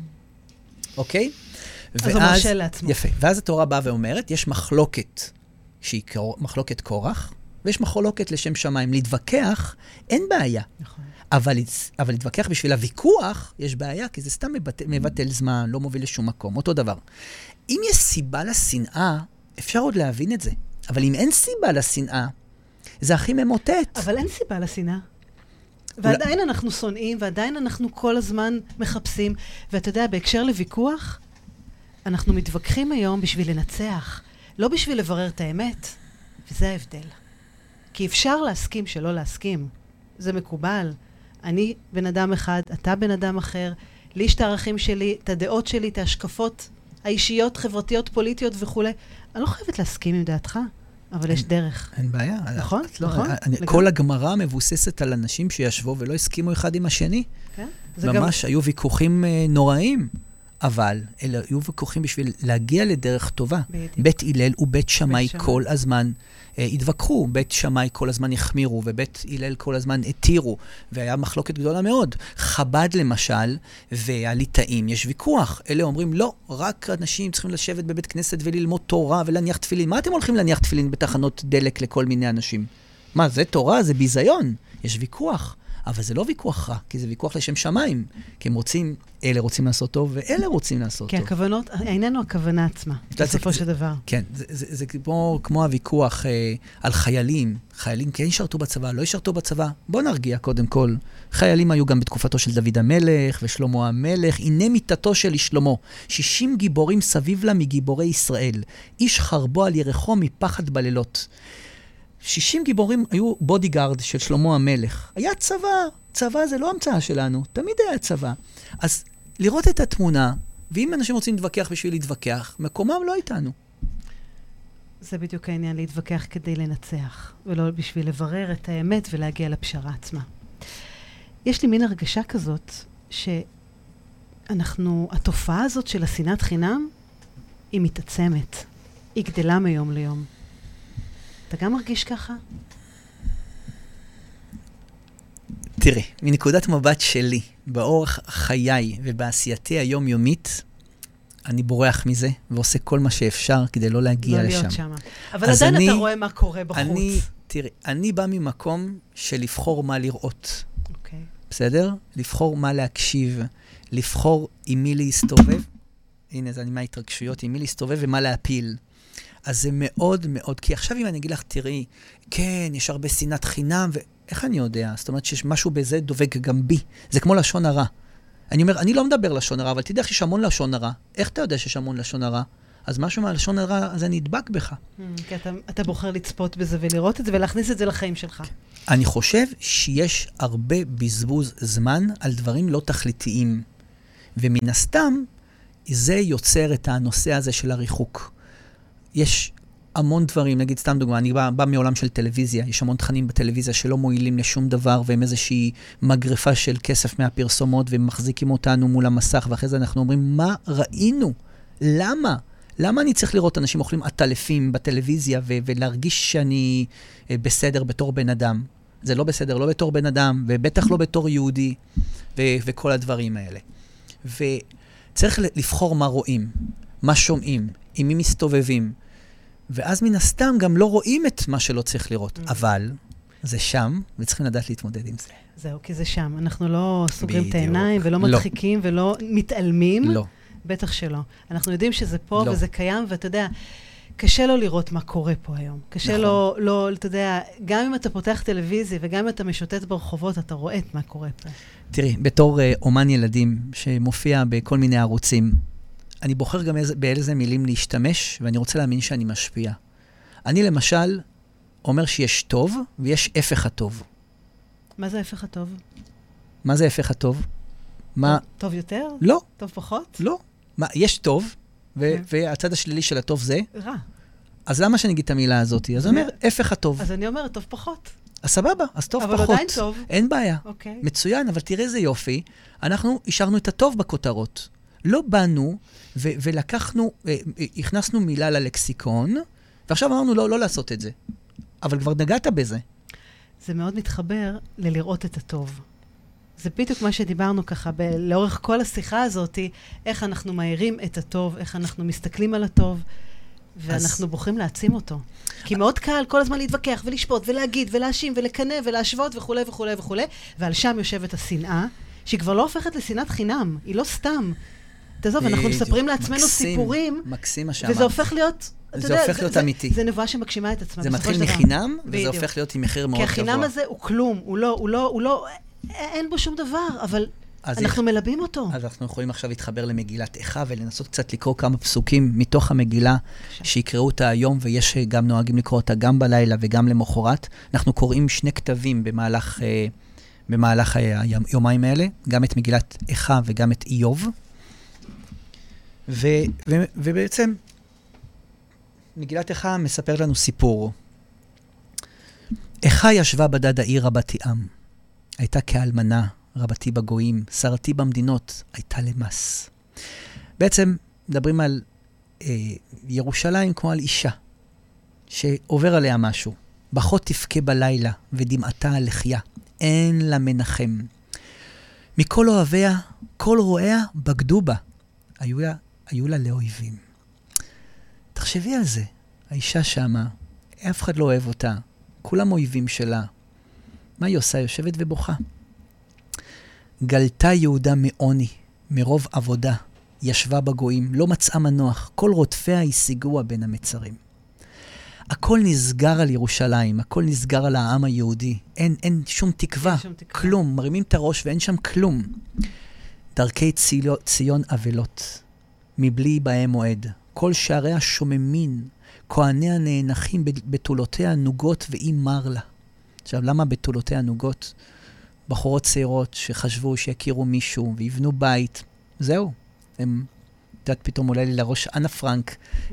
אוקיי? אז הוא מרשה לעצמו. יפה. ואז התורה באה ואומרת, יש מחלוקת שהיא מחלוקת קורח, ויש מחלוקת לשם שמיים. להתווכח, אין בעיה. נכון. אבל להתווכח בשביל הוויכוח, יש בעיה, כי זה סתם מבטל זמן, לא מוביל לשום מקום. אותו דבר. אם יש סיבה לשנאה, אפשר עוד להבין את זה. אבל אם אין סיבה לשנאה, זה הכי ממוטט. אבל אין סיבה לשנאה. ועדיין אנחנו שונאים, ועדיין אנחנו כל הזמן מחפשים. ואתה יודע, בהקשר לוויכוח, אנחנו מתווכחים היום בשביל לנצח, לא בשביל לברר את האמת. וזה ההבדל. כי אפשר להסכים שלא להסכים. זה מקובל. אני בן אדם אחד, אתה בן אדם אחר, לי יש את הערכים שלי, את הדעות שלי, את ההשקפות האישיות, חברתיות, פוליטיות וכו'. אני לא חייבת להסכים עם דעתך. אבל יש דרך. אין בעיה. נכון, נכון. כל הגמרא מבוססת על אנשים שישבו ולא הסכימו אחד עם השני. כן. ממש היו ויכוחים נוראים, אבל אלה היו ויכוחים בשביל להגיע לדרך טובה. בית הלל ובית שמאי כל הזמן התווכחו, בית שמאי כל הזמן החמירו, ובית הלל כל הזמן התירו, והיה מחלוקת גדולה מאוד. חב"ד למשל, והליטאים, יש ויכוח. אלה אומרים, לא, רק אנשים צריכים לשבת בבית כנסת וללמוד תורה ולהניח תפילין. מה אתם הולכים להניח תפילין בתחנות דלק לכל מיני אנשים? מה, זה תורה? זה ביזיון. יש ויכוח. אבל זה לא ויכוח רע, כי זה ויכוח לשם שמיים. כי הם רוצים, אלה רוצים לעשות טוב, ואלה רוצים לעשות טוב. כי הכוונות, איננו הכוונה עצמה, בסופו של דבר. כן, זה כמו הוויכוח על חיילים. חיילים כן ישרתו בצבא, לא ישרתו בצבא. בוא נרגיע קודם כל. חיילים היו גם בתקופתו של דוד המלך ושלמה המלך. הנה מיתתו של שלמה. 60 גיבורים סביב לה מגיבורי ישראל. איש חרבו על ירחו מפחד בלילות. 60 גיבורים היו בודיגארד של שלמה המלך. היה צבא. צבא זה לא המצאה שלנו. תמיד היה צבא. אז לראות את התמונה, ואם אנשים רוצים להתווכח בשביל להתווכח, מקומם לא איתנו. זה בדיוק העניין, להתווכח כדי לנצח, ולא בשביל לברר את האמת ולהגיע לפשרה עצמה. יש לי מין הרגשה כזאת, התופעה הזאת של השנאת חינם, היא מתעצמת. היא גדלה מיום ליום. אתה גם מרגיש ככה? תראה, מנקודת מבט שלי, באורח חיי ובעשייתי היומיומית, אני בורח מזה ועושה כל מה שאפשר כדי לא להגיע לשם. לא להיות שם. אבל עדיין אתה רואה מה קורה בחוץ. תראה, אני בא ממקום של לבחור מה לראות. אוקיי. בסדר? לבחור מה להקשיב, לבחור עם מי להסתובב. הנה, זה אני מההתרגשויות, עם מי להסתובב ומה להפיל. אז זה מאוד מאוד, כי עכשיו אם אני אגיד לך, תראי, כן, יש הרבה שנאת חינם, ואיך אני יודע? זאת אומרת שיש משהו בזה דובק גם בי. זה כמו לשון הרע. אני אומר, אני לא מדבר לשון הרע, אבל תדע שיש המון לשון הרע. איך אתה יודע שיש המון לשון הרע? אז משהו מהלשון הרע הזה נדבק בך. כי אתה בוחר לצפות בזה ולראות את זה ולהכניס את זה לחיים שלך. אני חושב שיש הרבה בזבוז זמן על דברים לא תכליתיים. ומן הסתם, זה יוצר את הנושא הזה של הריחוק. יש המון דברים, נגיד סתם דוגמה, אני בא מעולם של טלוויזיה, יש המון תכנים בטלוויזיה שלא מועילים לשום דבר, והם איזושהי מגרפה של כסף מהפרסומות, ומחזיקים אותנו מול המסך, ואחרי זה אנחנו אומרים, מה ראינו? למה? למה אני צריך לראות אנשים אוכלים עטלפים בטלוויזיה, ולהרגיש שאני בסדר בתור בן אדם? זה לא בסדר, לא בתור בן אדם, ובטח לא בתור יהודי, וכל הדברים האלה. וצריך לבחור מה רואים, מה שומעים, עם מי מסתובבים, ואז מן הסתם גם לא רואים את מה שלא צריך לראות. אבל זה שם, וצריכים לדעת להתמודד עם זה. זהו, כי זה שם. אנחנו לא סוגרים את העיניים, ולא מדחיקים, ולא מתעלמים. לא. בטח שלא. אנחנו יודעים שזה פה, וזה קיים, ואתה יודע, קשה לו לראות מה קורה פה היום. קשה לו, אתה יודע, גם אם אתה פותח טלוויזיה, וגם אם אתה משוטט ברחובות, אתה רואה את מה קורה פה. תראי, בתור אומן ילדים, שמופיע בכל מיני ערוצים, אני בוחר גם באיזה מילים להשתמש, ואני רוצה להאמין שאני משפיע. אני למשל אומר שיש טוב, ויש הפך הטוב. מה זה הפך הטוב? מה זה הפך הטוב? טוב יותר? לא. טוב פחות? לא. יש טוב, והצד השלילי של הטוב זה? רע. אז למה שאני אגיד את המילה הזאת? אז אני אומר, הפך הטוב. אז אני אומרת, טוב פחות. אז סבבה, אז טוב פחות. אבל עדיין טוב. אין בעיה. אוקיי. מצוין, אבל תראה איזה יופי. אנחנו השארנו את הטוב בכותרות. לא באנו ולקחנו, הכנסנו מילה ללקסיקון, ועכשיו אמרנו לא לעשות את זה. אבל כבר נגעת בזה. זה מאוד מתחבר ללראות את הטוב. זה בדיוק מה שדיברנו ככה, לאורך כל השיחה הזאת, איך אנחנו מהירים את הטוב, איך אנחנו מסתכלים על הטוב, ואנחנו בוחרים להעצים אותו. כי מאוד קל כל הזמן להתווכח ולשפוט ולהגיד ולהאשים ולקנא ולהשוות וכו' וכו' וכו', ועל שם יושבת השנאה, שהיא כבר לא הופכת לשנאת חינם, היא לא סתם. תעזוב, אנחנו מספרים לעצמנו סיפורים, וזה הופך להיות, זה הופך להיות אמיתי. זה נבואה שמגשימה את עצמה. זה מתחיל מחינם, וזה הופך להיות עם מחיר מאוד גבוה. כי החינם הזה הוא כלום, הוא לא, אין בו שום דבר, אבל אנחנו מלבים אותו. אז אנחנו יכולים עכשיו להתחבר למגילת איכה, ולנסות קצת לקרוא כמה פסוקים מתוך המגילה, שיקראו אותה היום, ויש גם נוהגים לקרוא אותה גם בלילה וגם למחרת. אנחנו קוראים 2 כתבים במהלך היומיים האלה, גם את מגילת איכה וגם את איוב. ובעצם מגילת איכה מספר לנו סיפור. איכה ישבה בדד העיר רבתי עם. הייתה כאלמנה, רבתי בגויים, שרתי במדינות, הייתה למס. בעצם מדברים על ירושלים כמו על אישה, שעובר עליה משהו. בכה תבכה בלילה, ודמעתה על לחייה. אין לה מנחם. מכל אוהביה, כל רואיה בגדו בה. היו לה לאויבים. תחשבי על זה. האישה שמה, אף אחד לא אוהב אותה. כולם אויבים שלה. מה היא עושה? יושבת ובוכה. גלתה יהודה מעוני, מרוב עבודה. ישבה בגויים, לא מצאה מנוח. כל רודפיה השיגוה בין המצרים. הכל נסגר על ירושלים, הכל נסגר על העם היהודי. אין שום תקווה, כלום. מרימים את הראש ואין שם כלום. דרכי ציון אבלות, מבלי בהם מועד. כל שעריה שוממין, כהניה נאנחים בתולותיה נוגות ואי מר לה. עכשיו, למה בתולותיה נוגות? בחורות צעירות שחשבו שיכירו מישהו ויבנו בית. זהו. הם, יודעת, פתאום עולה לי לראש אנה פרנק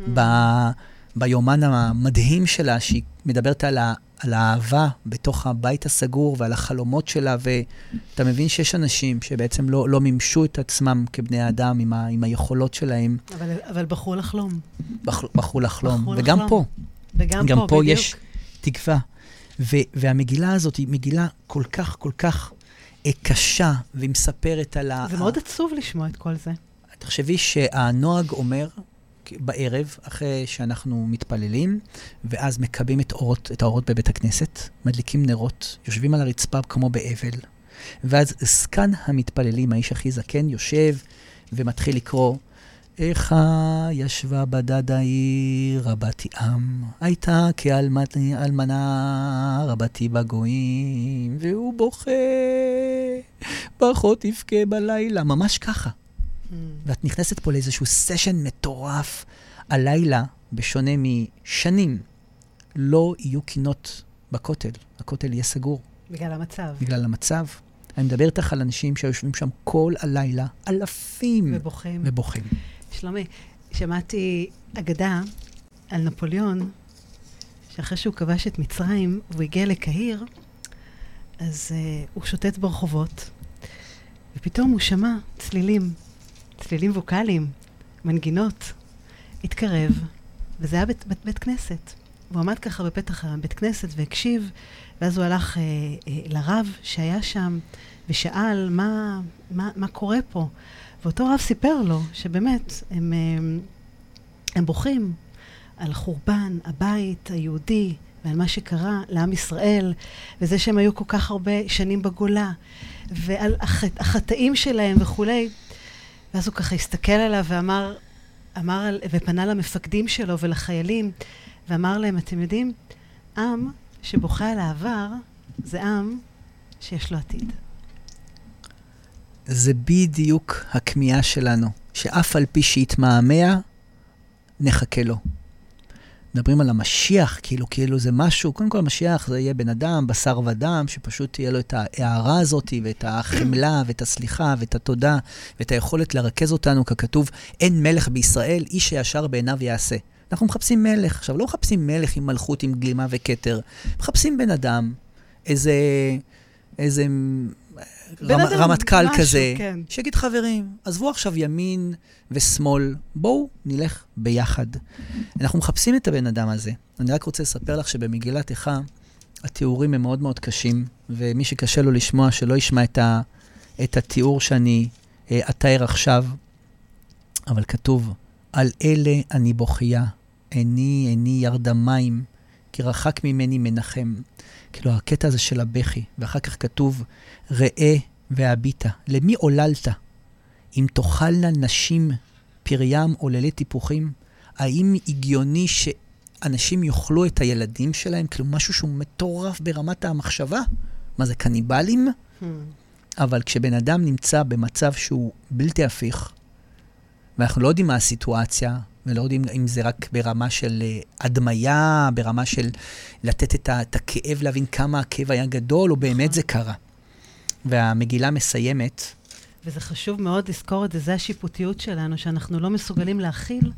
ביומן המדהים שלה, שהיא מדברת על האהבה בתוך הבית הסגור ועל החלומות שלה, ואתה מבין שיש אנשים שבעצם לא מימשו את עצמם כבני האדם עם היכולות שלהם. אבל בחרו לחלום. בחרו לחלום. וגם פה. גם פה יש תקווה. והמגילה הזאת היא מגילה כל כך, כל כך קשה, והיא מספרת על זה מאוד עצוב לשמוע את כל זה. תחשבי שהנוהג אומר, בערב, אחרי שאנחנו מתפללים, ואז מקבים את האורות בבית הכנסת, מדליקים נרות, יושבים על הרצפה כמו באבל, ואז זקן המתפללים, האיש הכי זקן, יושב ומתחיל לקרוא, איכה ישבה בדד העיר רבתי עם, הייתה כאלמנה רבתי בגויים, והוא בוכה, בכה תבכה בלילה, ממש ככה. ואת נכנסת פה לאיזשהו סשן מטורף. הלילה, בשונה משנים, לא יהיו קינות בכותל. הכותל יהיה סגור. בגלל המצב. בגלל המצב. אני מדבר איתך על אנשים שיושבים שם כל הלילה, אלפים. ובוכים. שלומי, שמעתי אגדה על נפוליאון, שאחרי שהוא כבש את מצרים, והוא הגיע לקהיר, אז הוא שוטט ברחובות, ופתאום הוא שמע צלילים ווקליים, מנגינות, התקרב, וזה היה בית כנסת. הוא עמד ככה בפתח הבית כנסת והקשיב, ואז הוא הלך לרב שהיה שם, ושאל מה קורה פה. ואותו רב סיפר לו שבאמת הם בוכים על חורבן הבית היהודי, ועל מה שקרה לעם ישראל, וזה שהם היו כל כך הרבה שנים בגולה, ועל החטאים שלהם וכולי. ואז הוא ככה הסתכל עליו ופנה למפקדים שלו ולחיילים, ואמר להם, אתם יודעים, עם שבוכה על העבר, זה עם שיש לו עתיד. זה בדיוק הכמיהה שלנו, שאף על פי שהתמהמה, נחכה לו. מדברים על המשיח, כאילו זה משהו, קודם כל המשיח זה יהיה בן אדם, בשר ודם, שפשוט תהיה לו את ההערה הזאת, ואת החמלה, ואת הסליחה, ואת התודה, ואת היכולת לרכז אותנו, ככתוב, אין מלך בישראל, איש הישר בעיניו יעשה. אנחנו מחפשים מלך. עכשיו, לא מחפשים מלך עם מלכות, עם גלימה וכתר. מחפשים בן אדם, איזה רמטכ"ל כזה, כן. שיגיד חברים, עזבו עכשיו ימין ושמאל, בואו נלך ביחד. אנחנו מחפשים את הבן אדם הזה. אני רק רוצה לספר לך שבמגילת איכה, התיאורים הם מאוד מאוד קשים, ומי שקשה לו לשמוע, שלא ישמע את התיאור שאני אתאר עכשיו, אבל כתוב, על אלה אני בוכייה, עיני ירדה מים, כי רחק ממני מנחם. כאילו הקטע הזה של הבכי, ואחר כך כתוב, ראה והביטה, למי עוללת? אם תאכלנה נשים פריים עוללי טיפוחים, האם הגיוני שאנשים יאכלו את הילדים שלהם? כאילו משהו שהוא מטורף ברמת המחשבה? מה זה, קניבלים? אבל כשבן אדם נמצא במצב שהוא בלתי הפיך, ואנחנו לא יודעים מה הסיטואציה, ולא יודעים אם זה רק ברמה של הדמיה, ברמה של לתת את הכאב, להבין כמה הכאב היה גדול, או באמת זה קרה. והמגילה מסיימת. וזה חשוב מאוד לזכור את זה, זה השיפוטיות שלנו, שאנחנו לא מסוגלים להכיל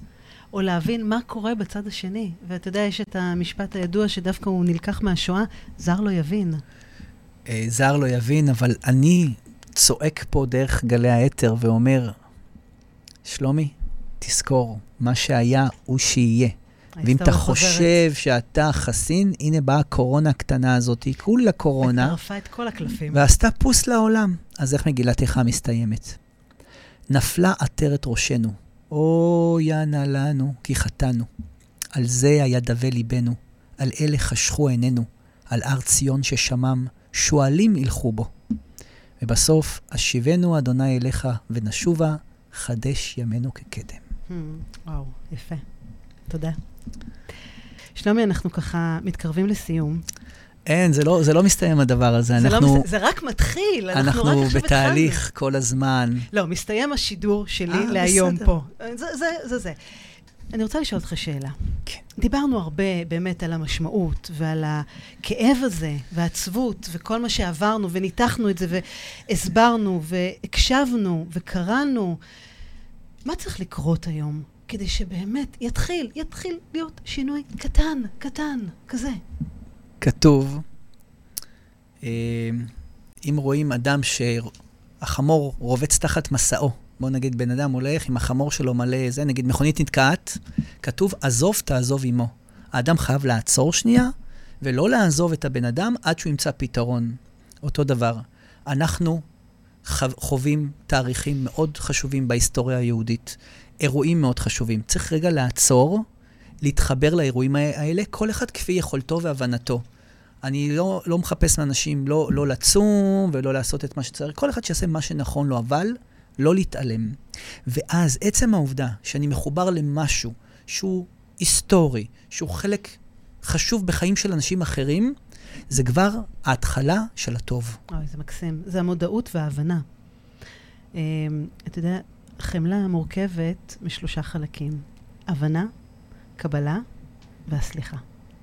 או להבין מה קורה בצד השני. ואתה יודע, יש את המשפט הידוע שדווקא הוא נלקח מהשואה, זר לא יבין. זר לא יבין, אבל אני צועק פה דרך גלי האתר ואומר, שלומי, תזכור, מה שהיה הוא שיהיה. ואם אתה חושב שאתה חסין, הנה באה הקורונה הקטנה הזאת, היא כולה קורונה. וטרפה את כל הקלפים. ועשתה פוס לעולם. אז איך מגילתך מסתיימת? נפלה עטרת ראשנו. יאנה לנו, כי חטאנו. על זה היה דווה ליבנו. על אלה חשכו עינינו. על הר ציון ששמם, שואלים ילכו בו. ובסוף, אשיבנו אדוני אליך, ונשובה, חדש ימינו כקדם. וואו, יפה. תודה. שלומי, אנחנו ככה מתקרבים לסיום. אין, זה לא מסתיים הדבר הזה. זה רק מתחיל. אנחנו בתהליך כל הזמן. לא, מסתיים השידור שלי להיום פה. זה. אני רוצה לשאול אותך שאלה. כן. דיברנו הרבה באמת על המשמעות ועל הכאב הזה והעצבות וכל מה שעברנו וניתחנו את זה והסברנו והקשבנו וקראנו. מה צריך לקרות היום כדי שבאמת יתחיל להיות שינוי קטן, כזה? כתוב, אם רואים אדם שהחמור רובץ תחת מסעו, בוא נגיד בן אדם הולך עם החמור שלו מלא זה, נגיד מכונית נתקעת, כתוב עזוב תעזוב עמו. האדם חייב לעצור שנייה, ולא לעזוב את הבן אדם עד שהוא ימצא פתרון. אותו דבר. אנחנו חווים תאריכים מאוד חשובים בהיסטוריה היהודית, אירועים מאוד חשובים. צריך רגע לעצור, להתחבר לאירועים האלה, כל אחד כפי יכולתו והבנתו. אני לא מחפש מאנשים לא לצום ולא לעשות את מה שצריך. כל אחד שיעשה מה שנכון לו, אבל לא להתעלם. ואז עצם העובדה שאני מחובר למשהו שהוא היסטורי, שהוא חלק חשוב בחיים של אנשים אחרים, זה כבר ההתחלה של הטוב. זה מקסים. זה המודעות וההבנה. אתה יודע, חמלה מורכבת משלושה חלקים. הבנה, קבלה והסליחה.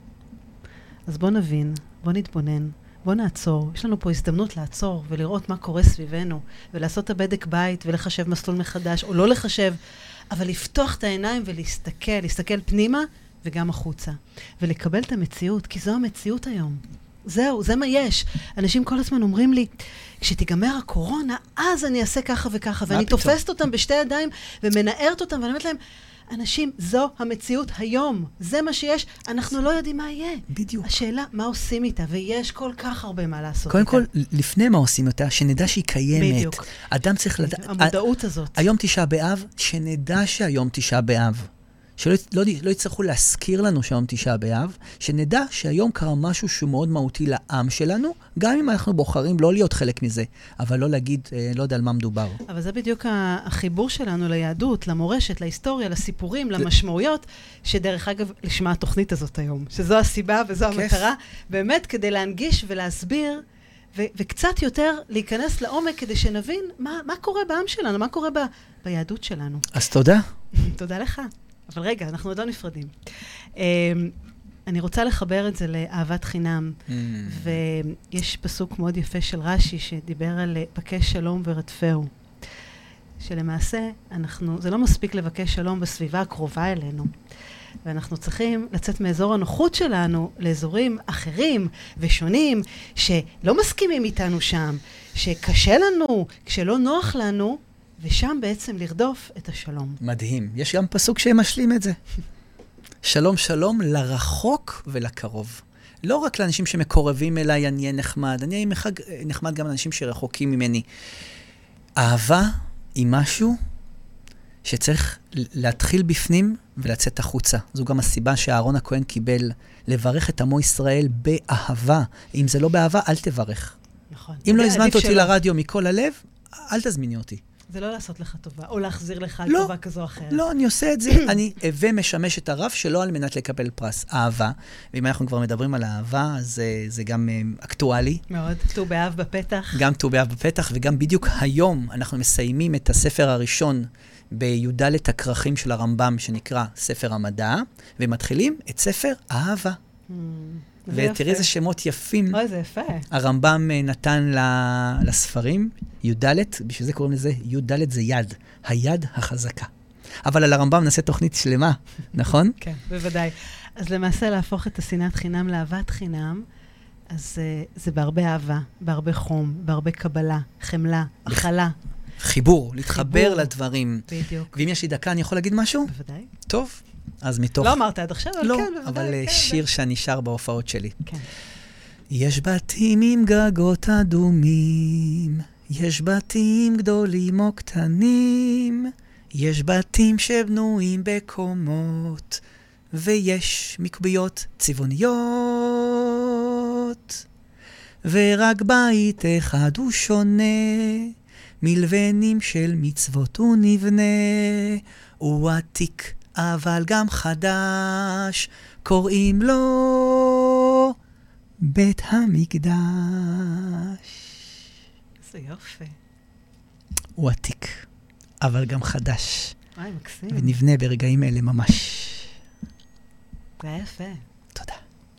אז בוא נבין, בוא נתבונן, בוא נעצור. יש לנו פה הזדמנות לעצור ולראות מה קורה סביבנו, ולעשות את הבדק בית ולחשב מסלול מחדש, או לא לחשב, אבל לפתוח את העיניים להסתכל פנימה וגם החוצה. ולקבל את המציאות, כי זו המציאות היום. זהו, זה מה יש. אנשים כל הזמן אומרים לי, כשתיגמר הקורונה, אז אני אעשה ככה וככה, ואני תופסת אותם בשתי ידיים ומנערת אותם, ואני אומרת להם, אנשים, זו המציאות היום. זה מה שיש. אנחנו לא יודעים מה יהיה. בדיוק. השאלה, מה עושים איתה? ויש כל כך הרבה מה לעשות קודם איתה. כל, לפני מה עושים אותה, שנדע שהיא קיימת. בדיוק. אדם צריך לדעת. המודעות הזאת. היום תשעה באב, שנדע שהיום תשעה באב. שלא יצטרכו להזכיר לנו שהיום תשעה באב, שנדע שהיום קרה משהו שהוא מאוד מהותי לעם שלנו, גם אם אנחנו בוחרים לא להיות חלק מזה, אבל לא להגיד, לא יודע על מה מדובר. אבל זה בדיוק החיבור שלנו ליהדות, למורשת, להיסטוריה, לסיפורים, למשמעויות, שדרך אגב, לשמה התוכנית הזאת היום, שזו הסיבה וזו המטרה, באמת כדי להנגיש ולהסביר, וקצת יותר להיכנס לעומק כדי שנבין מה קורה בעם שלנו, מה קורה ביהדות שלנו. אז תודה. תודה לך. אבל רגע, אנחנו עוד לא נפרדים. אני רוצה לחבר את זה לאהבת חינם, ויש פסוק מאוד יפה של רש"י שדיבר על בקש שלום ורדפהו. שלמעשה, זה לא מספיק לבקש שלום בסביבה הקרובה אלינו, ואנחנו צריכים לצאת מאזור הנוחות שלנו לאזורים אחרים ושונים, שלא מסכימים איתנו שם, שקשה לנו, כשלא נוח לנו, ושם בעצם לרדוף את השלום. מדהים. יש גם פסוק שמשלים את זה. שלום שלום לרחוק ולקרוב. לא רק לאנשים שמקורבים אליי אני אהיה נחמד, אני אהיה נחמד גם לאנשים שרחוקים ממני. אהבה היא משהו שצריך להתחיל בפנים ולצאת החוצה. זו גם הסיבה שאהרון הכהן קיבל לברך את עמו ישראל באהבה. אם זה לא באהבה, אל תברך. נכון. אם לא הזמנת אותי לרדיו מכל הלב, אל תזמיני אותי. זה לא לעשות לך טובה, או להחזיר לך לא, טובה כזו או אחרת. לא, אני עושה את זה. אני ומשמש את הרב שלא על מנת לקבל פרס. אהבה. ואם אנחנו כבר מדברים על אהבה, אז זה גם אקטואלי. מאוד. ט"ו באב בפתח. גם ט"ו באב בפתח, וגם בדיוק היום אנחנו מסיימים את הספר הראשון בי"ד הכרכים של הרמב"ם, שנקרא ספר המדע, ומתחילים את ספר אהבה. ותראי איזה שמות יפים. אוי, זה יפה. הרמב"ם נתן לספרים, י"ד, בשביל זה קוראים לזה, י"ד זה יד, היד החזקה. אבל על הרמב"ם נעשה תוכנית שלמה, נכון? כן, בוודאי. אז למעשה להפוך את השנאת חינם לאהבת חינם, אז זה בהרבה אהבה, בהרבה חום, בהרבה קבלה, חמלה, הכלה. חיבור, להתחבר לדברים. בדיוק. ואם יש לי דקה, אני יכול להגיד משהו? בוודאי. טוב, אז מתוך... לא אמרת עד עכשיו, אבל לא, כן, בוודאי. אבל שיר שנשאר בהופעות שלי. כן. יש בתים עם גגות אדומים, יש בתים גדולים או קטנים, יש בתים שבנויים בקומות, ויש מקביות צבעוניות. ורק בית אחד הוא שונה, מלבנים של מצוות הוא נבנה, הוא עתיק אבל גם חדש, קוראים לו בית המקדש. זה יופי. הוא עתיק, אבל גם חדש. וואי, מקסים. ונבנה ברגעים אלה ממש. זה היה יפה. תודה.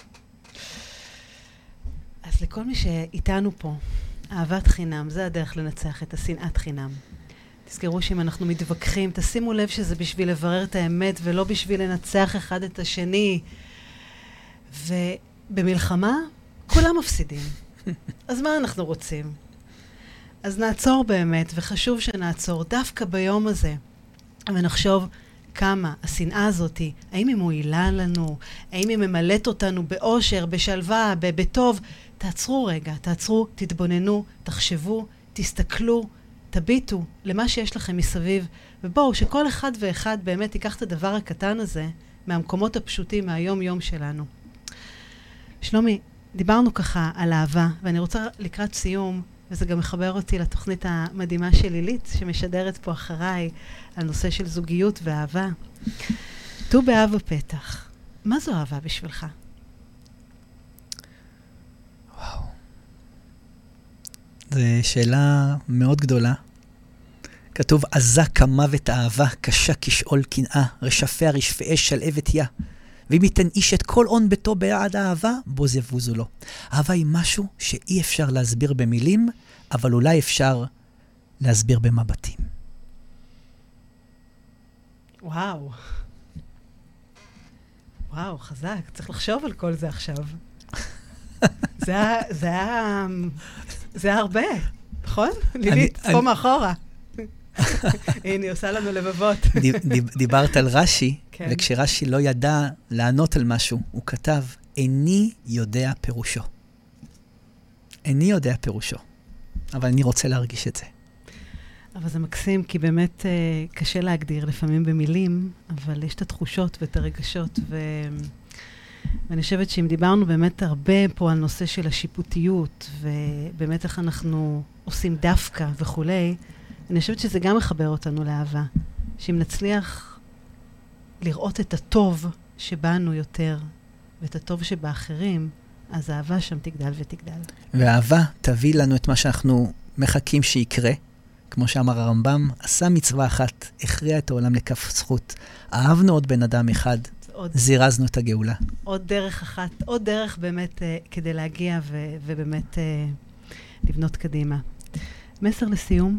אז לכל מי שאיתנו פה, אהבת חינם, זה הדרך לנצח את השנאת חינם. תזכרו שאם אנחנו מתווכחים, תשימו לב שזה בשביל לברר את האמת ולא בשביל לנצח אחד את השני. ובמלחמה, כולם מפסידים. אז מה אנחנו רוצים? אז נעצור באמת, וחשוב שנעצור דווקא ביום הזה, ונחשוב כמה השנאה הזאת, האם היא מועילה לנו, האם היא ממלאת אותנו באושר, בשלווה, בטוב. תעצרו רגע, תעצרו, תתבוננו, תחשבו, תסתכלו, תביטו למה שיש לכם מסביב, ובואו שכל אחד ואחד באמת ייקח את הדבר הקטן הזה מהמקומות הפשוטים, מהיום-יום שלנו. שלומי, דיברנו ככה על אהבה, ואני רוצה לקראת סיום, וזה גם מחבר אותי לתוכנית המדהימה של לילית, שמשדרת פה אחריי על נושא של זוגיות ואהבה. ט"ו באב בפתח. מה זו אהבה בשבילך? וואו. זו שאלה מאוד גדולה. כתוב, עזה כמוות אהבה, קשה כשאול קנאה, רשפיה רשפי אש שלהבת יה. ואם ייתן איש את כל עון ביתו בעד האהבה, בו זבוזו לו. אהבה היא משהו שאי אפשר להסביר במילים, אבל אולי אפשר להסביר במבטים. וואו. וואו, חזק. צריך לחשוב על כל זה עכשיו. זה היה הרבה, נכון? לילית, פה מאחורה. הנה, עושה לנו לבבות. דיברת על רש"י, כן. וכשרש"י לא ידע לענות על משהו, הוא כתב, איני יודע פירושו. איני יודע פירושו. אבל אני רוצה להרגיש את זה. אבל זה מקסים, כי באמת קשה להגדיר לפעמים במילים, אבל יש את התחושות ואת הרגשות, ואני חושבת שאם דיברנו באמת הרבה פה על נושא של השיפוטיות, ובאמת איך אנחנו עושים דווקא וכולי, אני חושבת שזה גם מחבר אותנו לאהבה. שאם נצליח לראות את הטוב שבנו יותר, ואת הטוב שבאחרים, אז האהבה שם תגדל ותגדל. והאהבה תביא לנו את מה שאנחנו מחכים שיקרה. כמו שאמר הרמב"ם, עשה מצווה אחת, הכריע את העולם לכף זכות. אהבנו עוד בן אדם אחד, זירזנו את הגאולה. עוד דרך אחת, עוד דרך באמת כדי להגיע ובאמת לבנות קדימה. מסר לסיום?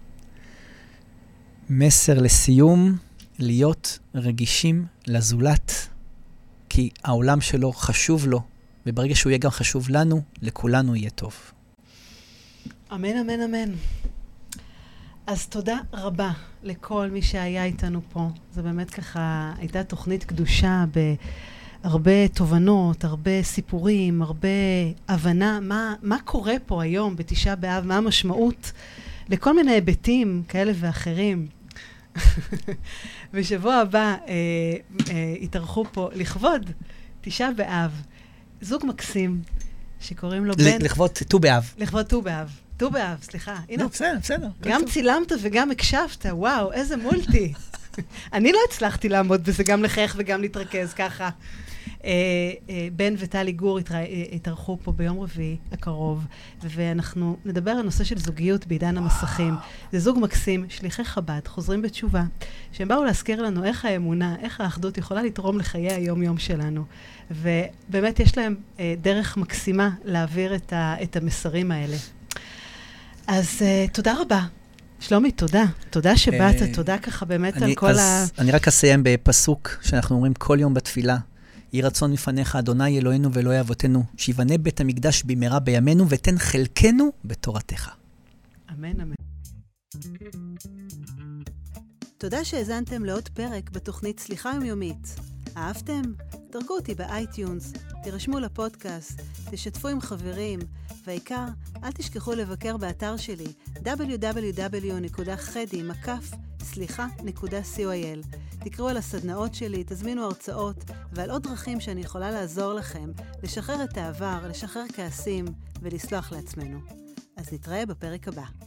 מסר לסיום, להיות רגישים לזולת, כי העולם שלו חשוב לו, וברגע שהוא יהיה גם חשוב לנו, לכולנו יהיה טוב. אמן, אמן, אמן. אז תודה רבה לכל מי שהיה איתנו פה. זה באמת ככה, הייתה תוכנית קדושה בהרבה תובנות, הרבה סיפורים, הרבה הבנה, מה קורה פה היום בתשעה באב, מה המשמעות לכל מיני היבטים כאלה ואחרים. בשבוע הבא התארחו פה לכבוד תשעה באב, זוג מקסים שקוראים לו בן... לכבוד ט"ו באב. לכבוד ט"ו באב. ט"ו באב, סליחה. לא, בסדר. גם צילמת וגם הקשבת, וואו, איזה מולטי. אני לא הצלחתי לעמוד בזה, גם לחייך וגם להתרכז ככה. בן וטלי גור התארחו פה ביום רביעי הקרוב, ואנחנו נדבר על נושא של זוגיות בעידן המסכים. זה זוג מקסים, שליחי חב"ד, חוזרים בתשובה, שהם באו להזכיר לנו איך האמונה, איך האחדות יכולה לתרום לחיי היום-יום שלנו. ובאמת יש להם דרך מקסימה להעביר את המסרים האלה. אז תודה רבה שלומי, תודה. תודה שבאת, תודה ככה באמת על כל אני רק אסיים בפסוק שאנחנו אומרים כל יום בתפילה. יהי רצון לפניך, אדוני אלוהינו ואלוהי אבותינו, שיבנה בית המקדש במהרה בימינו, ותן חלקנו בתורתך. אמן, אמן. תודה שהזנתם לעוד פרק בתוכנית סליחה יומיומית. אהבתם? דרגו אותי באייטיונס, תירשמו לפודקאסט, תשתפו עם חברים, והעיקר, אל תשכחו לבקר באתר שלי www.khedi.co.il. תקראו על הסדנאות שלי, תזמינו הרצאות ועל עוד דרכים שאני יכולה לעזור לכם לשחרר את העבר, לשחרר כעסים ולסלוח לעצמנו. אז נתראה בפרק הבא.